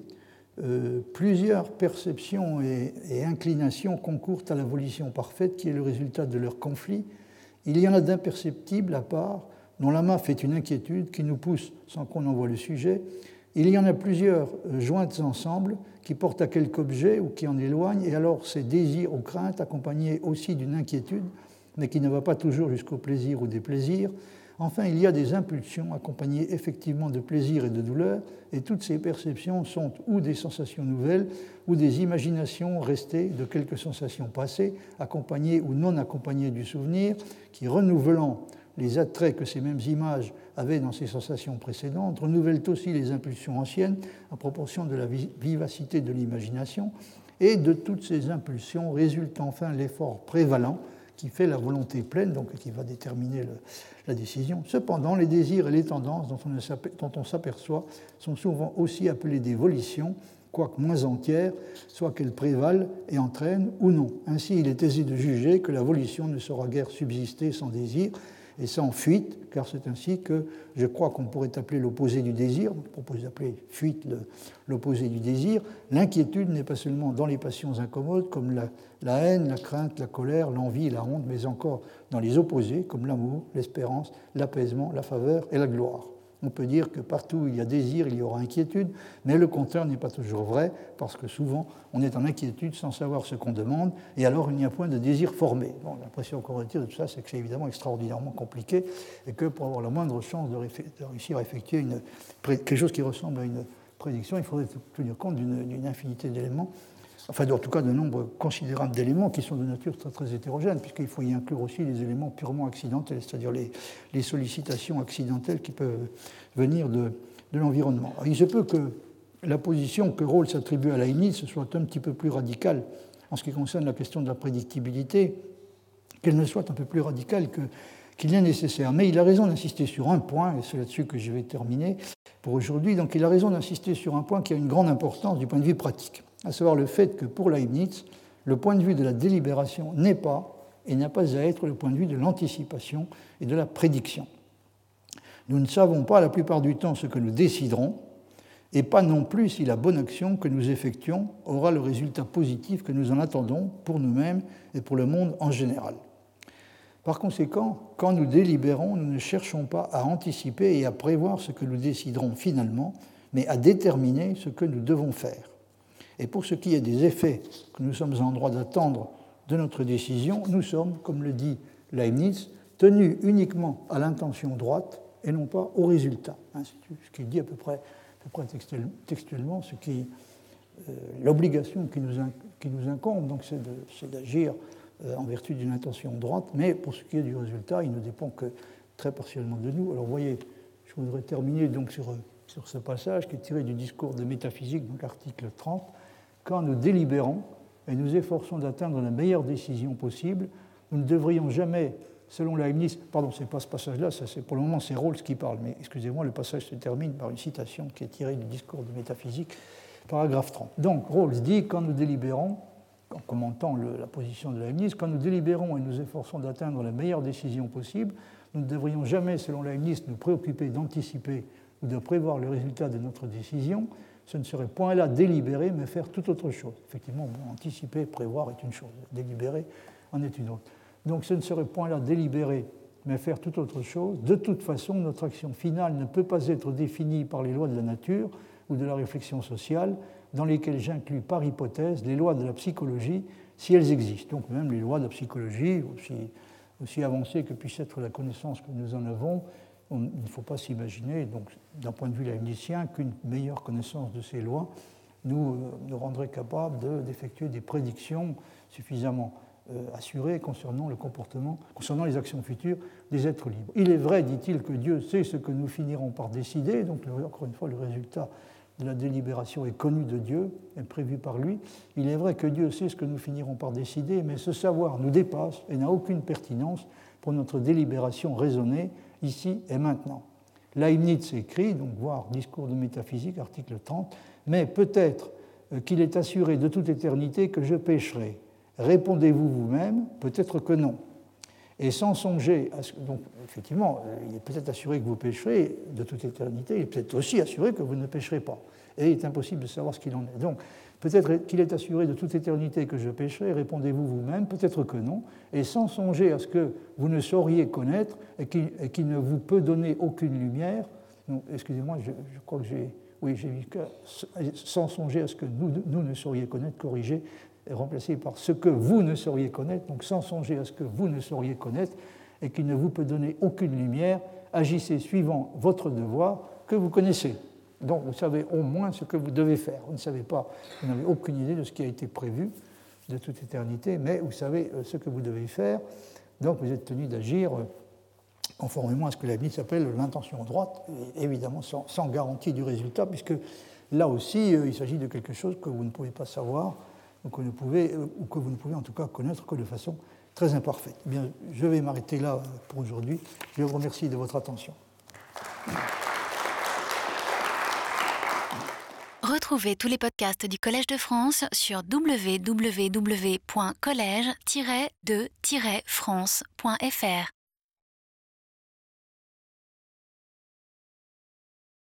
Plusieurs perceptions et inclinations concourent à la volition parfaite qui est le résultat de leur conflit. Il y en a d'imperceptibles à part, dont l'amas fait une inquiétude qui nous pousse sans qu'on en voie le sujet. Il y en a plusieurs jointes ensemble qui portent à quelque objet ou qui en éloignent, et alors ces désirs ou craintes accompagnés aussi d'une inquiétude, mais qui ne va pas toujours jusqu'au plaisir ou déplaisir. Enfin, il y a des impulsions accompagnées effectivement de plaisir et de douleur, et toutes ces perceptions sont ou des sensations nouvelles, ou des imaginations restées de quelques sensations passées, accompagnées ou non accompagnées du souvenir, qui, renouvelant les attraits que ces mêmes images avaient dans ces sensations précédentes, renouvellent aussi les impulsions anciennes en proportion de la vivacité de l'imagination, et de toutes ces impulsions résulte enfin l'effort prévalant qui fait la volonté pleine, donc qui va déterminer la décision. Cependant, les désirs et les tendances dont on s'aperçoit sont souvent aussi appelés des volitions, quoique moins entières, soit qu'elles prévalent et entraînent ou non. Ainsi, il est aisé de juger que la volition ne saura guère subsister sans désir et sans fuite, car c'est ainsi que je crois qu'on pourrait appeler l'opposé du désir, je propose d'appeler fuite l'opposé du désir. L'inquiétude n'est pas seulement dans les passions incommodes comme la haine, la crainte, la colère, l'envie et la honte, mais encore dans les opposés comme l'amour, l'espérance, l'apaisement, la faveur et la gloire. On peut dire que partout où il y a désir, il y aura inquiétude, mais le contraire n'est pas toujours vrai, parce que souvent, on est en inquiétude sans savoir ce qu'on demande, et alors il n'y a point de désir formé. Bon, l'impression qu'on retire de tout ça, c'est que c'est évidemment extraordinairement compliqué, et que pour avoir la moindre chance de réussir à effectuer quelque chose qui ressemble à une prédiction, il faudrait tenir compte d'une infinité d'éléments, enfin en tout cas d'un nombre considérable d'éléments qui sont de nature très, très hétérogène, puisqu'il faut y inclure aussi les éléments purement accidentels, c'est-à-dire les sollicitations accidentelles qui peuvent venir de l'environnement. Alors, il se peut que la position que Rawls attribue à Leibniz soit un petit peu plus radicale en ce qui concerne la question de la prédictibilité, qu'elle ne soit un peu plus radicale qu'il n'est nécessaire. Mais il a raison d'insister sur un point, et c'est là-dessus que je vais terminer pour aujourd'hui. Donc il a raison d'insister sur un point qui a une grande importance du point de vue pratique, à savoir le fait que pour Leibniz, le point de vue de la délibération n'est pas, et n'a pas à être le point de vue de l'anticipation et de la prédiction. Nous ne savons pas la plupart du temps ce que nous déciderons, et pas non plus si la bonne action que nous effectuons aura le résultat positif que nous en attendons pour nous-mêmes et pour le monde en général. Par conséquent, quand nous délibérons, nous ne cherchons pas à anticiper et à prévoir ce que nous déciderons finalement, mais à déterminer ce que nous devons faire. Et pour ce qui est des effets que nous sommes en droit d'attendre de notre décision, nous sommes, comme le dit Leibniz, tenus uniquement à l'intention droite et non pas au résultat. C'est ce qu'il dit à peu près textuellement, ce qui l'obligation qui nous incombe, donc c'est d'agir en vertu d'une intention droite, mais pour ce qui est du résultat, il ne dépend que très partiellement de nous. Alors vous voyez, je voudrais terminer donc sur ce passage qui est tiré du discours de métaphysique, donc article 30. Quand nous délibérons et nous efforçons d'atteindre la meilleure décision possible, nous ne devrions jamais, selon Leibniz, pardon, ce n'est pas ce passage-là, pour le moment c'est Rawls qui parle, mais excusez-moi, le passage se termine par une citation qui est tirée du discours de métaphysique, paragraphe 30. Donc Rawls dit, quand nous délibérons, en commentant la position de Leibniz, quand nous délibérons et nous efforçons d'atteindre la meilleure décision possible, nous ne devrions jamais, selon Leibniz, nous préoccuper d'anticiper ou de prévoir le résultat de notre décision. Ce ne serait point là délibérer, mais faire tout autre chose. Effectivement, anticiper, prévoir est une chose, délibérer en est une autre. Donc ce ne serait point là délibérer, mais faire tout autre chose. De toute façon, notre action finale ne peut pas être définie par les lois de la nature ou de la réflexion sociale, dans lesquelles j'inclus par hypothèse les lois de la psychologie, si elles existent. Donc même les lois de la psychologie, aussi avancées que puisse être la connaissance que nous en avons, il ne faut pas s'imaginer, donc d'un point de vue leibnizien, qu'une meilleure connaissance de ces lois nous rendrait capables d'effectuer des prédictions suffisamment assurées concernant le comportement, concernant les actions futures des êtres libres. Il est vrai, dit-il, que Dieu sait ce que nous finirons par décider, donc encore une fois le résultat de la délibération est connu de Dieu, est prévu par lui. Il est vrai que Dieu sait ce que nous finirons par décider, mais ce savoir nous dépasse et n'a aucune pertinence pour notre délibération raisonnée, ici et maintenant. Leibniz écrit, donc voir Discours de métaphysique, article 30, mais peut-être qu'il est assuré de toute éternité que je pécherai. Répondez-vous vous-même, peut-être que non. Et sans songer à ce que. Donc, effectivement, il est peut-être assuré que vous pécherez de toute éternité, il est peut-être aussi assuré que vous ne pécherez pas. Et il est impossible de savoir ce qu'il en est. Donc, peut-être qu'il est assuré de toute éternité que je pécherai, répondez-vous vous-même, peut-être que non. Et sans songer à ce que vous ne sauriez connaître et qui ne vous peut donner aucune lumière. Donc, excusez-moi, je crois que j'ai. Oui, j'ai vu que. Sans songer à ce que nous ne sauriez connaître, corrigé, est remplacé par ce que vous ne sauriez connaître, donc sans songer à ce que vous ne sauriez connaître et qui ne vous peut donner aucune lumière, agissez suivant votre devoir que vous connaissez. Donc vous savez au moins ce que vous devez faire. Vous ne savez pas, vous n'avez aucune idée de ce qui a été prévu de toute éternité, mais vous savez ce que vous devez faire. Donc vous êtes tenu d'agir conformément à ce que Leibniz appelle l'intention droite, et évidemment sans garantie du résultat, puisque là aussi il s'agit de quelque chose que vous ne pouvez pas savoir, ou que vous ne pouvez en tout cas connaître que de façon très imparfaite. Eh bien, je vais m'arrêter là pour aujourd'hui. Je vous remercie de votre attention. Retrouvez tous les podcasts du Collège de France sur www.collège-de-france.fr.